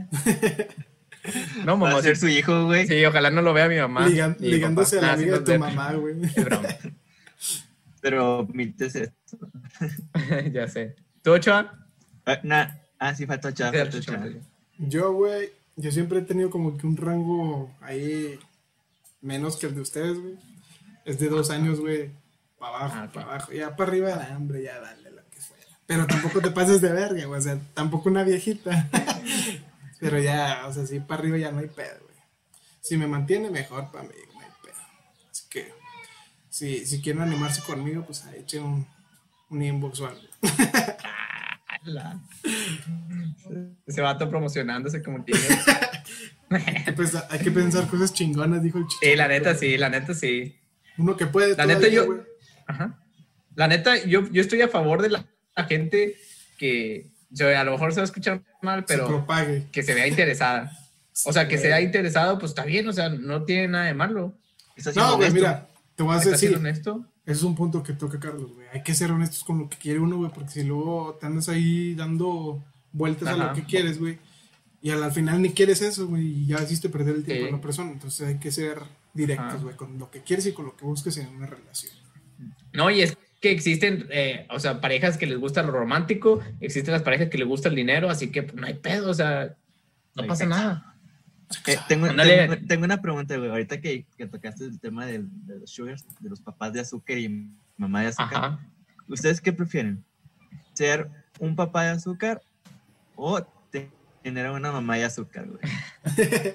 No, Va mamá, a ser su hijo, güey. sí, ojalá no lo vea mi mamá. ni mi Ligándose a papá. la Ah, sí amiga de nos tu ve. mamá, güey. Es broma. Pero omites esto. Ya sé. ¿Tú, Ochoa? Sí, falta Ochoa. Sí, falta Ochoa. Ochoa. Yo, güey, yo siempre he tenido como que un rango ahí menos que el de ustedes, güey. Es de 2 años, güey. Para abajo, Ah, ok. para abajo. Ya para arriba de hambre, ya dale lo que fuera. Pero tampoco te pases de verga, güey. O sea, tampoco una viejita. Pero ya, o sea, sí, para arriba ya no hay pedo, güey. Si me mantiene mejor para mí, no hay pedo. Así que, si quieren animarse conmigo, pues ahí echen un inbox o algo. Ala. Ese vato promocionándose como tiene. Hay que pensar cosas chingonas, dijo el chico. Sí, la neta sí. Uno que puede. La neta, todavía, güey. Ajá. La neta, yo estoy a favor de la gente que, a lo mejor se va a escuchar mal, Se pero propague. que se vea interesada. O sea, que Sí. sea interesado, pues está bien, o sea, no tiene nada de malo. Está siendo No, güey, honesto. mira, te voy a ¿Estás decir, siendo honesto? ese es un punto que toca Carlos, güey. Hay que ser honestos con lo que quiere uno, güey, porque si luego te andas ahí dando vueltas a Ajá. lo que quieres, güey, y al final ni quieres eso, güey, y ya hiciste perder el tiempo Sí. a la persona. Entonces hay que ser directos, Ajá. güey, con lo que quieres y con lo que busques en una relación. No, y es que existen, o sea, parejas que les gusta lo romántico, existen las parejas que les gusta el dinero, así que pues, no hay pedo, o sea, no Hay pasa pedo. nada. Tengo una pregunta, güey. Ahorita que tocaste el tema de los sugars, de los papás de azúcar y mamá de azúcar. Ajá. ¿Ustedes qué prefieren? ¿Ser un papá de azúcar o tener a una mamá de azúcar, güey?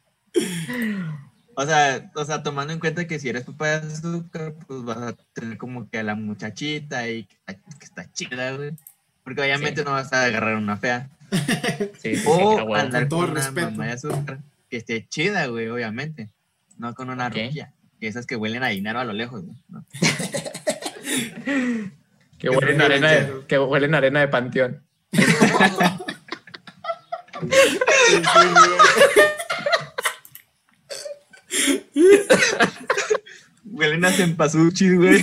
O sea, tomando en cuenta que si eres papá de azúcar, pues vas a tener como que a la muchachita y que está chida, güey. Porque obviamente Sí. no vas a agarrar una fea. Sí, sí, O a huevo. andar Con todo con una respeto. mamá de azúcar que esté chida, güey, obviamente. No con una Ok. rubia. Que esas que huelen a dinero a lo lejos, güey. ¿No? Que huelen a arena de panteón. Huelen a cempasúchil, güey.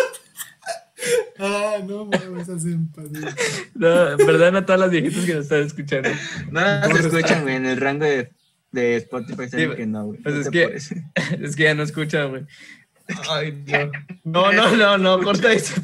Ah, no, mames, hacen padre. No, perdón a todas las viejitas que nos están escuchando. No Todo se escuchan, respeto. güey. En el rango de Spotify saben que no, güey. Pues No es te que- puedes. Es que ya no escuchan, güey. Ay, no, corta eso.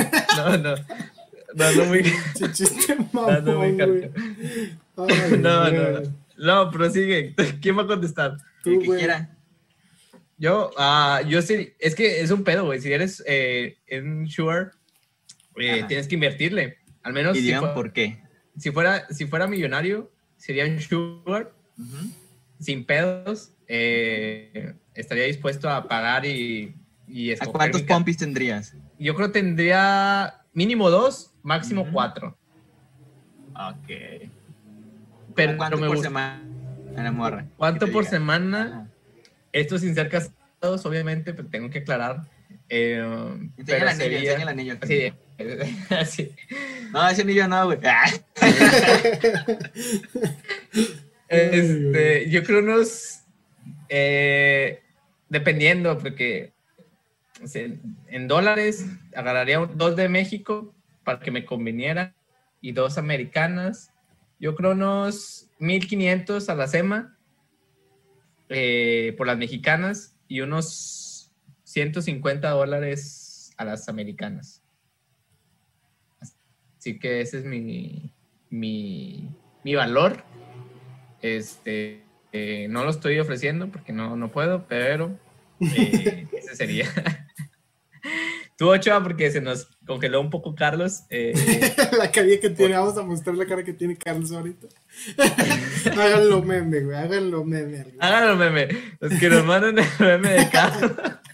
No, muy. Che, chiste No, muy mamón, güey. Ay, No, güey. no, prosigue. ¿Quién va a contestar? Tú, El que güey. quiera. Yo sí, es que es un pedo, güey. Si eres en Sure, Ajá. tienes que invertirle. Al menos Y si, digan por qué. si fuera millonario, sería un Sure, Ujú. sin pedos. Estaría dispuesto a pagar y ¿A escoger cuántos mi ca- pompis tendrías? Yo creo que tendría mínimo 2, máximo Ujú. 4. Ok. Pero ¿Cuánto me por gusta. semana a la morra? ¿Cuánto Que te por diga. semana? Ajá. Esto sin ser casados, obviamente, pero tengo que aclarar. Enseña Pero el anillo, sería... enseña el anillo. Así, así. No, ese anillo no, güey. Ah. Yo creo unos... dependiendo, porque En dólares, agarraría 2 de México para que me conviniera y 2 americanas. Yo creo unos 1,500 a la SEMA por las mexicanas y unos $150 a las americanas. Así que ese es mi valor. No lo estoy ofreciendo porque no puedo, pero ese sería. Tú, Ochoa, porque se nos congeló un poco Carlos. La cara que tiene, vamos a mostrar la cara que tiene Carlos ahorita. Háganlo meme, güey, háganlo meme. Háganlo meme. Los que nos mandan el meme de Carlos.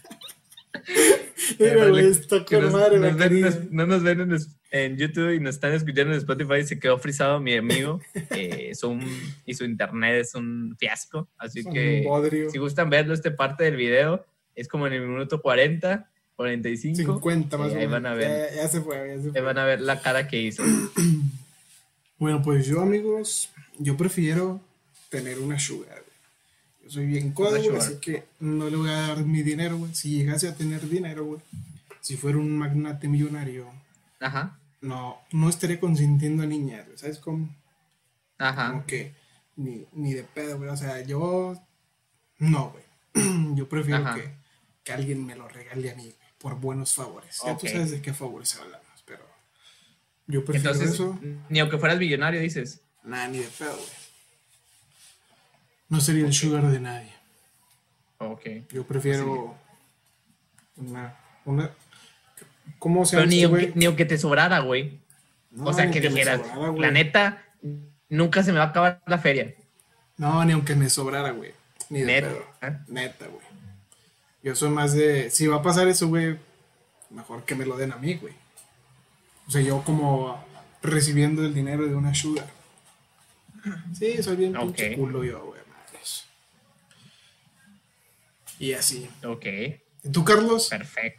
Mira, güey, está con madre la carilla. No nos ven en YouTube y nos están escuchando en Spotify. Se quedó frisado mi amigo. Y su internet es un fiasco. Así que si gustan verlo, parte del video es como en el minuto 40, 45. 50 más o menos. Ahí van a ver. Ya se fue. Ahí van a ver la cara que hizo. Bueno, pues yo, amigos, yo prefiero tener una sugar. Yo soy bien codo, güey, así que no le voy a dar mi dinero, güey. Si llegase a tener dinero, güey, si fuera un magnate millonario, ajá, no estaría consintiendo a niñas, güey, ¿sabes cómo? Ajá. Como que ni de pedo, güey, o sea, yo, no, güey. Yo prefiero que alguien me lo regale a mí, güey, por buenos favores. Ya tú sabes de qué favores hablamos, pero yo prefiero eso. Ni aunque fueras millonario, dices. Nah, ni de pedo, güey. No sería el sugar de nadie. Ok. Yo prefiero una ¿cómo se llama? Pero ni aunque te sobrara, güey. No, o sea, que dijeras, la neta, nunca se me va a acabar la feria. No, ni aunque me sobrara, güey. Ni de Neta. pedo. Neta, güey. Yo soy más de, si va a pasar eso, güey, mejor que me lo den a mí, güey. O sea, yo como recibiendo el dinero de una sugar. Sí, soy bien pinche culo yo, güey. Y así. Ok. ¿Y tú, Carlos? Perfecto.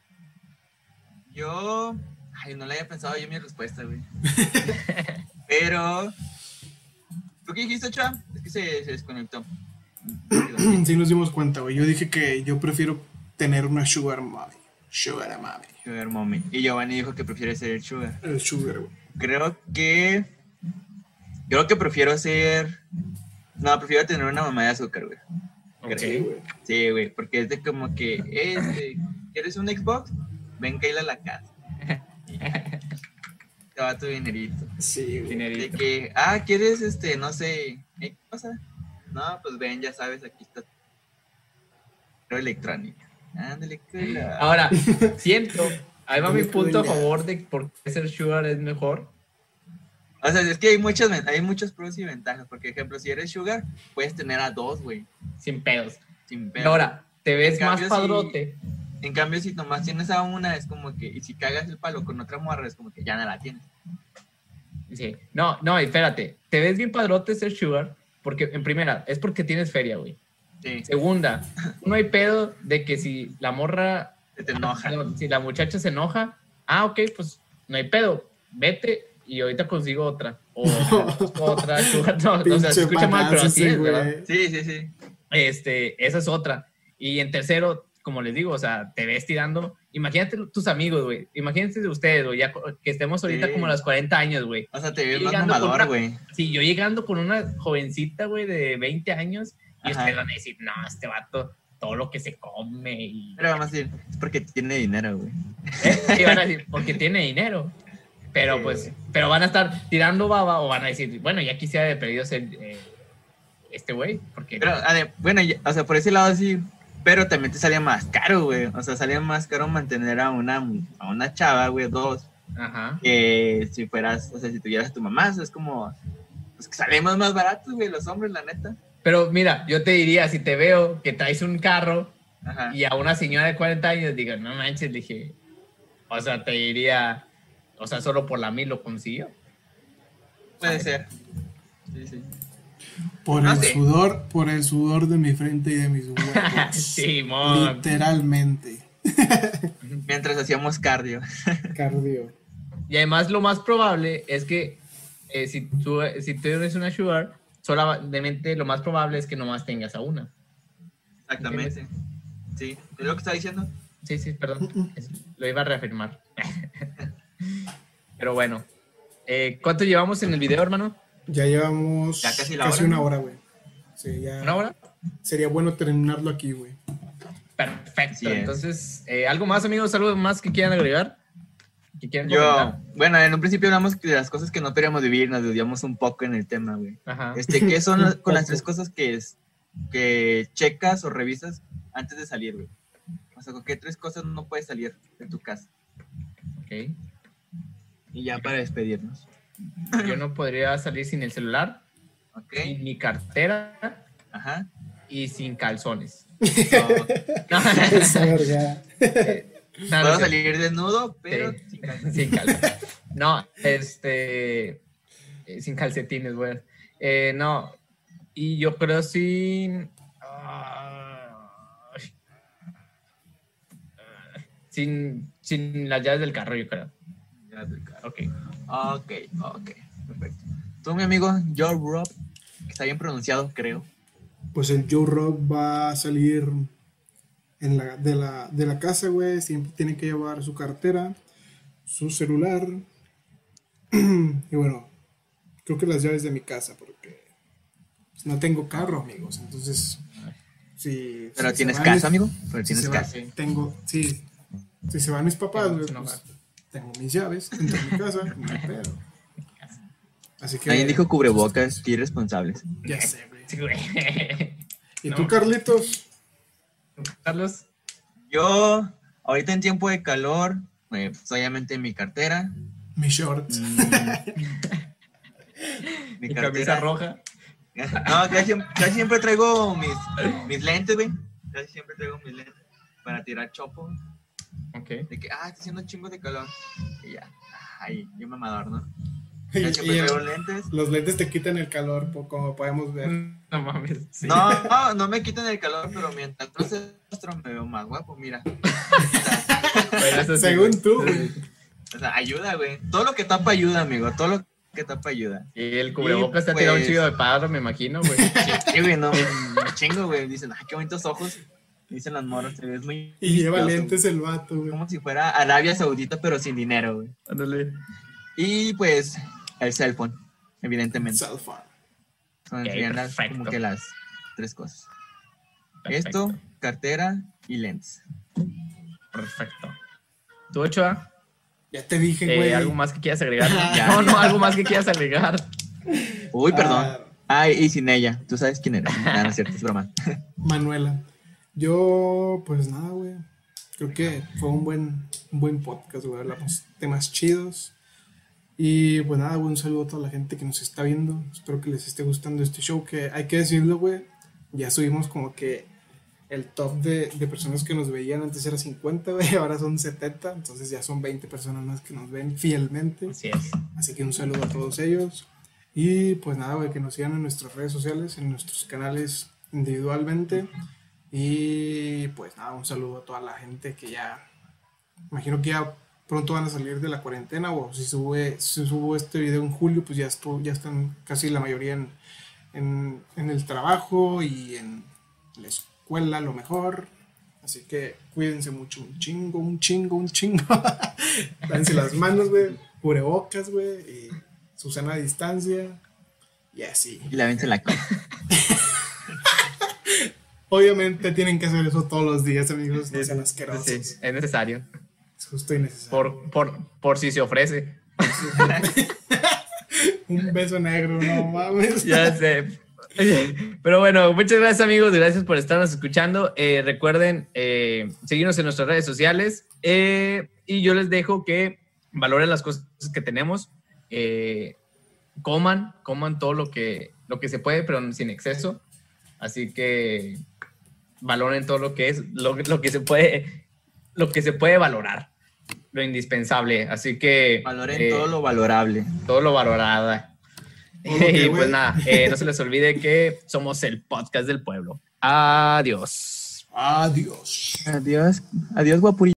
Yo... Ay, no le había pensado yo mi respuesta, güey. Pero... ¿Tú qué dijiste, Ochoa? Es que se desconectó. Sí nos dimos cuenta, güey. Yo dije que yo prefiero tener una sugar mommy. Sugar mommy. Sugar mommy. Y Giovanni dijo que prefiere ser el sugar. El sugar, güey. Creo que prefiero ser... No, prefiero tener una mamá de azúcar, güey. Okay, güey. Sí, güey, porque es de como que, ¿quieres un Xbox? Ven, Kayla a la casa. Te va tu dinerito. Sí, güey. De que, ¿quieres, no sé, qué cosa? No, pues ven, ya sabes, aquí está. Pero electrónica. Ándale, Kayla. Ahora, siento, ahí va mi punto a favor de por qué ser sugar es mejor. O sea, es que hay muchos pros y ventajas. Porque, ejemplo, si eres sugar, puedes tener a 2, güey. Sin pedos. Sin pedos. Ahora, te ves más padrote. En cambio, si nomás tienes a una, es como que... Y si cagas el palo con otra morra, es como que ya no la tienes. Sí. No, espérate. Te ves bien padrote ser sugar, porque en primera, es porque tienes feria, güey. Sí. Segunda, no hay pedo de que si la morra... Se te enoja. Si la muchacha se enoja, ok, pues no hay pedo. Vete y ahorita consigo otra. O otra sugar. No, o sea, se escucha mal, pero así es, ¿verdad? Sí. Esa es otra. Y en tercero, como les digo, o sea, te ves tirando. Imagínate tus amigos, güey. Imagínense ustedes, güey, ya que estemos ahorita como a los 40 años, güey. O sea, te ves más mamador, güey. Sí, yo llegando con una jovencita, güey, de 20 años, y ustedes van a decir, no, este vato, todo lo que se come y... Pero vamos a decir, es porque tiene dinero, güey. Sí, van a decir, porque tiene dinero. Pero pues, pero van a estar tirando baba o van a decir, bueno, ya quisiera de perdido ser este güey, porque... Pero, bueno, o sea, por ese lado sí, pero también te salía más caro, güey. O sea, salía más caro mantener a una chava, güey, 2. Ajá. Que si fueras, o sea, si tuvieras a tu mamá, o sea, es como, pues que salimos más baratos, güey, los hombres, la neta. Pero mira, yo te diría, si te veo que traes un carro Ajá. y a una señora de 40 años, digo, no manches, dije, o sea, te diría... O sea, solo por la mil lo consiguió. Puede ser. Sí. Por el sudor de mi frente y de mis huevos. Sí, mon. Literalmente. Mientras hacíamos cardio. Y además lo más probable es que si tú eres una sugar, solamente lo más probable es que nomás tengas a una. Exactamente. Sí, es lo que está diciendo. Sí, perdón. Lo iba a reafirmar. Pero bueno. ¿Cuánto llevamos en el video, hermano? Ya llevamos Ya casi casi hora, una ¿no? hora, güey. Sí, ya ¿Una hora? sería bueno terminarlo aquí, güey. Perfecto. Así es. Entonces, ¿algo más, amigos? ¿Algo más que quieran agregar? ¿Que quieran Yo, comentar? bueno, en un principio hablamos de las cosas que no queríamos vivir, nos desviamos un poco en el tema, güey. Ajá. ¿Qué son Un con las poco. 3 cosas que checas o revisas antes de salir, güey? O sea, ¿con qué 3 cosas no puedes salir de tu casa? Ok. Y ya para despedirnos. Yo no podría salir sin el celular, ¿Ok? sin mi cartera Ajá. y sin calzones. No, No, Esa verga. no, puedo no, salir desnudo, pero sí, sin calzones. sin calzones. No, sin calcetines, güey. No, y yo creo sin las llaves del carro, yo creo. Ya del carro. Ok. Ok, perfecto. Tú, mi amigo, Joe Rob, que está bien pronunciado, creo. Pues el Joe Rock va a salir de la casa, güey. Siempre tiene que llevar su cartera, su celular. Y bueno, creo que las llaves de mi casa, porque pues, no tengo carro, amigos. Entonces, si Pero si tienes se van casa, amigo. Pero si tienes se va- casa. sí. Si se van mis papás, Tengo güey, sin pues hogar. tengo mis llaves dentro de mi casa, no hay pedo. Así que Alguien dijo cubrebocas, qué irresponsables. ya sé, güey. Sí, güey. ¿Y No. tú, Carlitos? Carlos, Yo, ahorita en tiempo de calor, pues, obviamente mi cartera. Mis shorts. Mi mi camisa roja. No, casi siempre traigo mis lentes, güey. Casi siempre traigo mis lentes para tirar chopo. Ok. De que, está haciendo un chingo de calor. Y ya, ahí, yo mamador, ¿no? Y- Casi siempre y traigo lentes. los lentes te quitan el calor, como podemos ver. No mames. Sí. No me quitan el calor, pero mientras no se rostro me veo más guapo, mira. Bueno, eso sí, Según güey. tú, güey. O sea, ayuda, güey. Todo lo que tapa ayuda, amigo. Todo lo que tapa ayuda. Y el cubrebocas te ha Y, tirado un pues- chido de padre, me imagino, güey. Sí, güey, no, me chingo, güey. Dicen, qué bonitos ojos. Dicen las morras, te ves muy... Y lleva vistoso, lentes el vato, güey. como si fuera Arabia Saudita, pero sin dinero, güey. Ándale. Y pues, el cell phone, evidentemente. Cell phone. Son Ok, serían perfecto. como que las 3 cosas. Perfecto. Esto, cartera y lentes. Perfecto. ¿Tú, Ochoa? Ya te dije, güey. ¿Algo más que quieras agregar? Ya. No, algo más que quieras agregar. Uy, perdón. Ah, Ay, y sin ella. Tú sabes quién eres. No es cierto, es broma. Manuela. Yo, pues nada, güey. Creo que fue un buen podcast, güey. Hablamos temas chidos. Y pues nada, güey, un saludo a toda la gente que nos está viendo. Espero que les esté gustando este show, que hay que decirlo, güey. Ya subimos como que el top de personas que nos veían. Antes era 50, güey, ahora son 70. Entonces ya son 20 personas más que nos ven fielmente. Así es. Así que un saludo a todos ellos. Y pues nada, güey, que nos sigan en nuestras redes sociales, en nuestros canales individualmente. Y pues nada, un saludo a toda la gente que ya, imagino que ya pronto van a salir de la cuarentena, o si subo este video en julio, pues ya están casi la mayoría en el trabajo y en la escuela a lo mejor. Así que cuídense mucho, un chingo. Lávense las manos, güey, cubrebocas, güey, y Susana a distancia, y así. Y la vence la cara. Obviamente tienen que hacer eso todos los días, amigos, no sean asquerosos. Sí, es necesario. Es justo y necesario. Por si se ofrece. Un beso negro, no mames. Ya sé. Pero bueno, muchas gracias, amigos. Gracias por estarnos escuchando. Recuerden seguirnos en nuestras redes sociales. Y yo les dejo que valoren las cosas que tenemos. Coman todo lo que se puede, pero sin exceso. Así que valoren todo lo que es, lo que se puede valorar, lo indispensable. Así que Valoren todo lo valorable. todo lo valorado. Todo lo que, Y pues güey. nada, no se les olvide que somos el podcast del pueblo. Adiós. Adiós. Adiós, guapurito.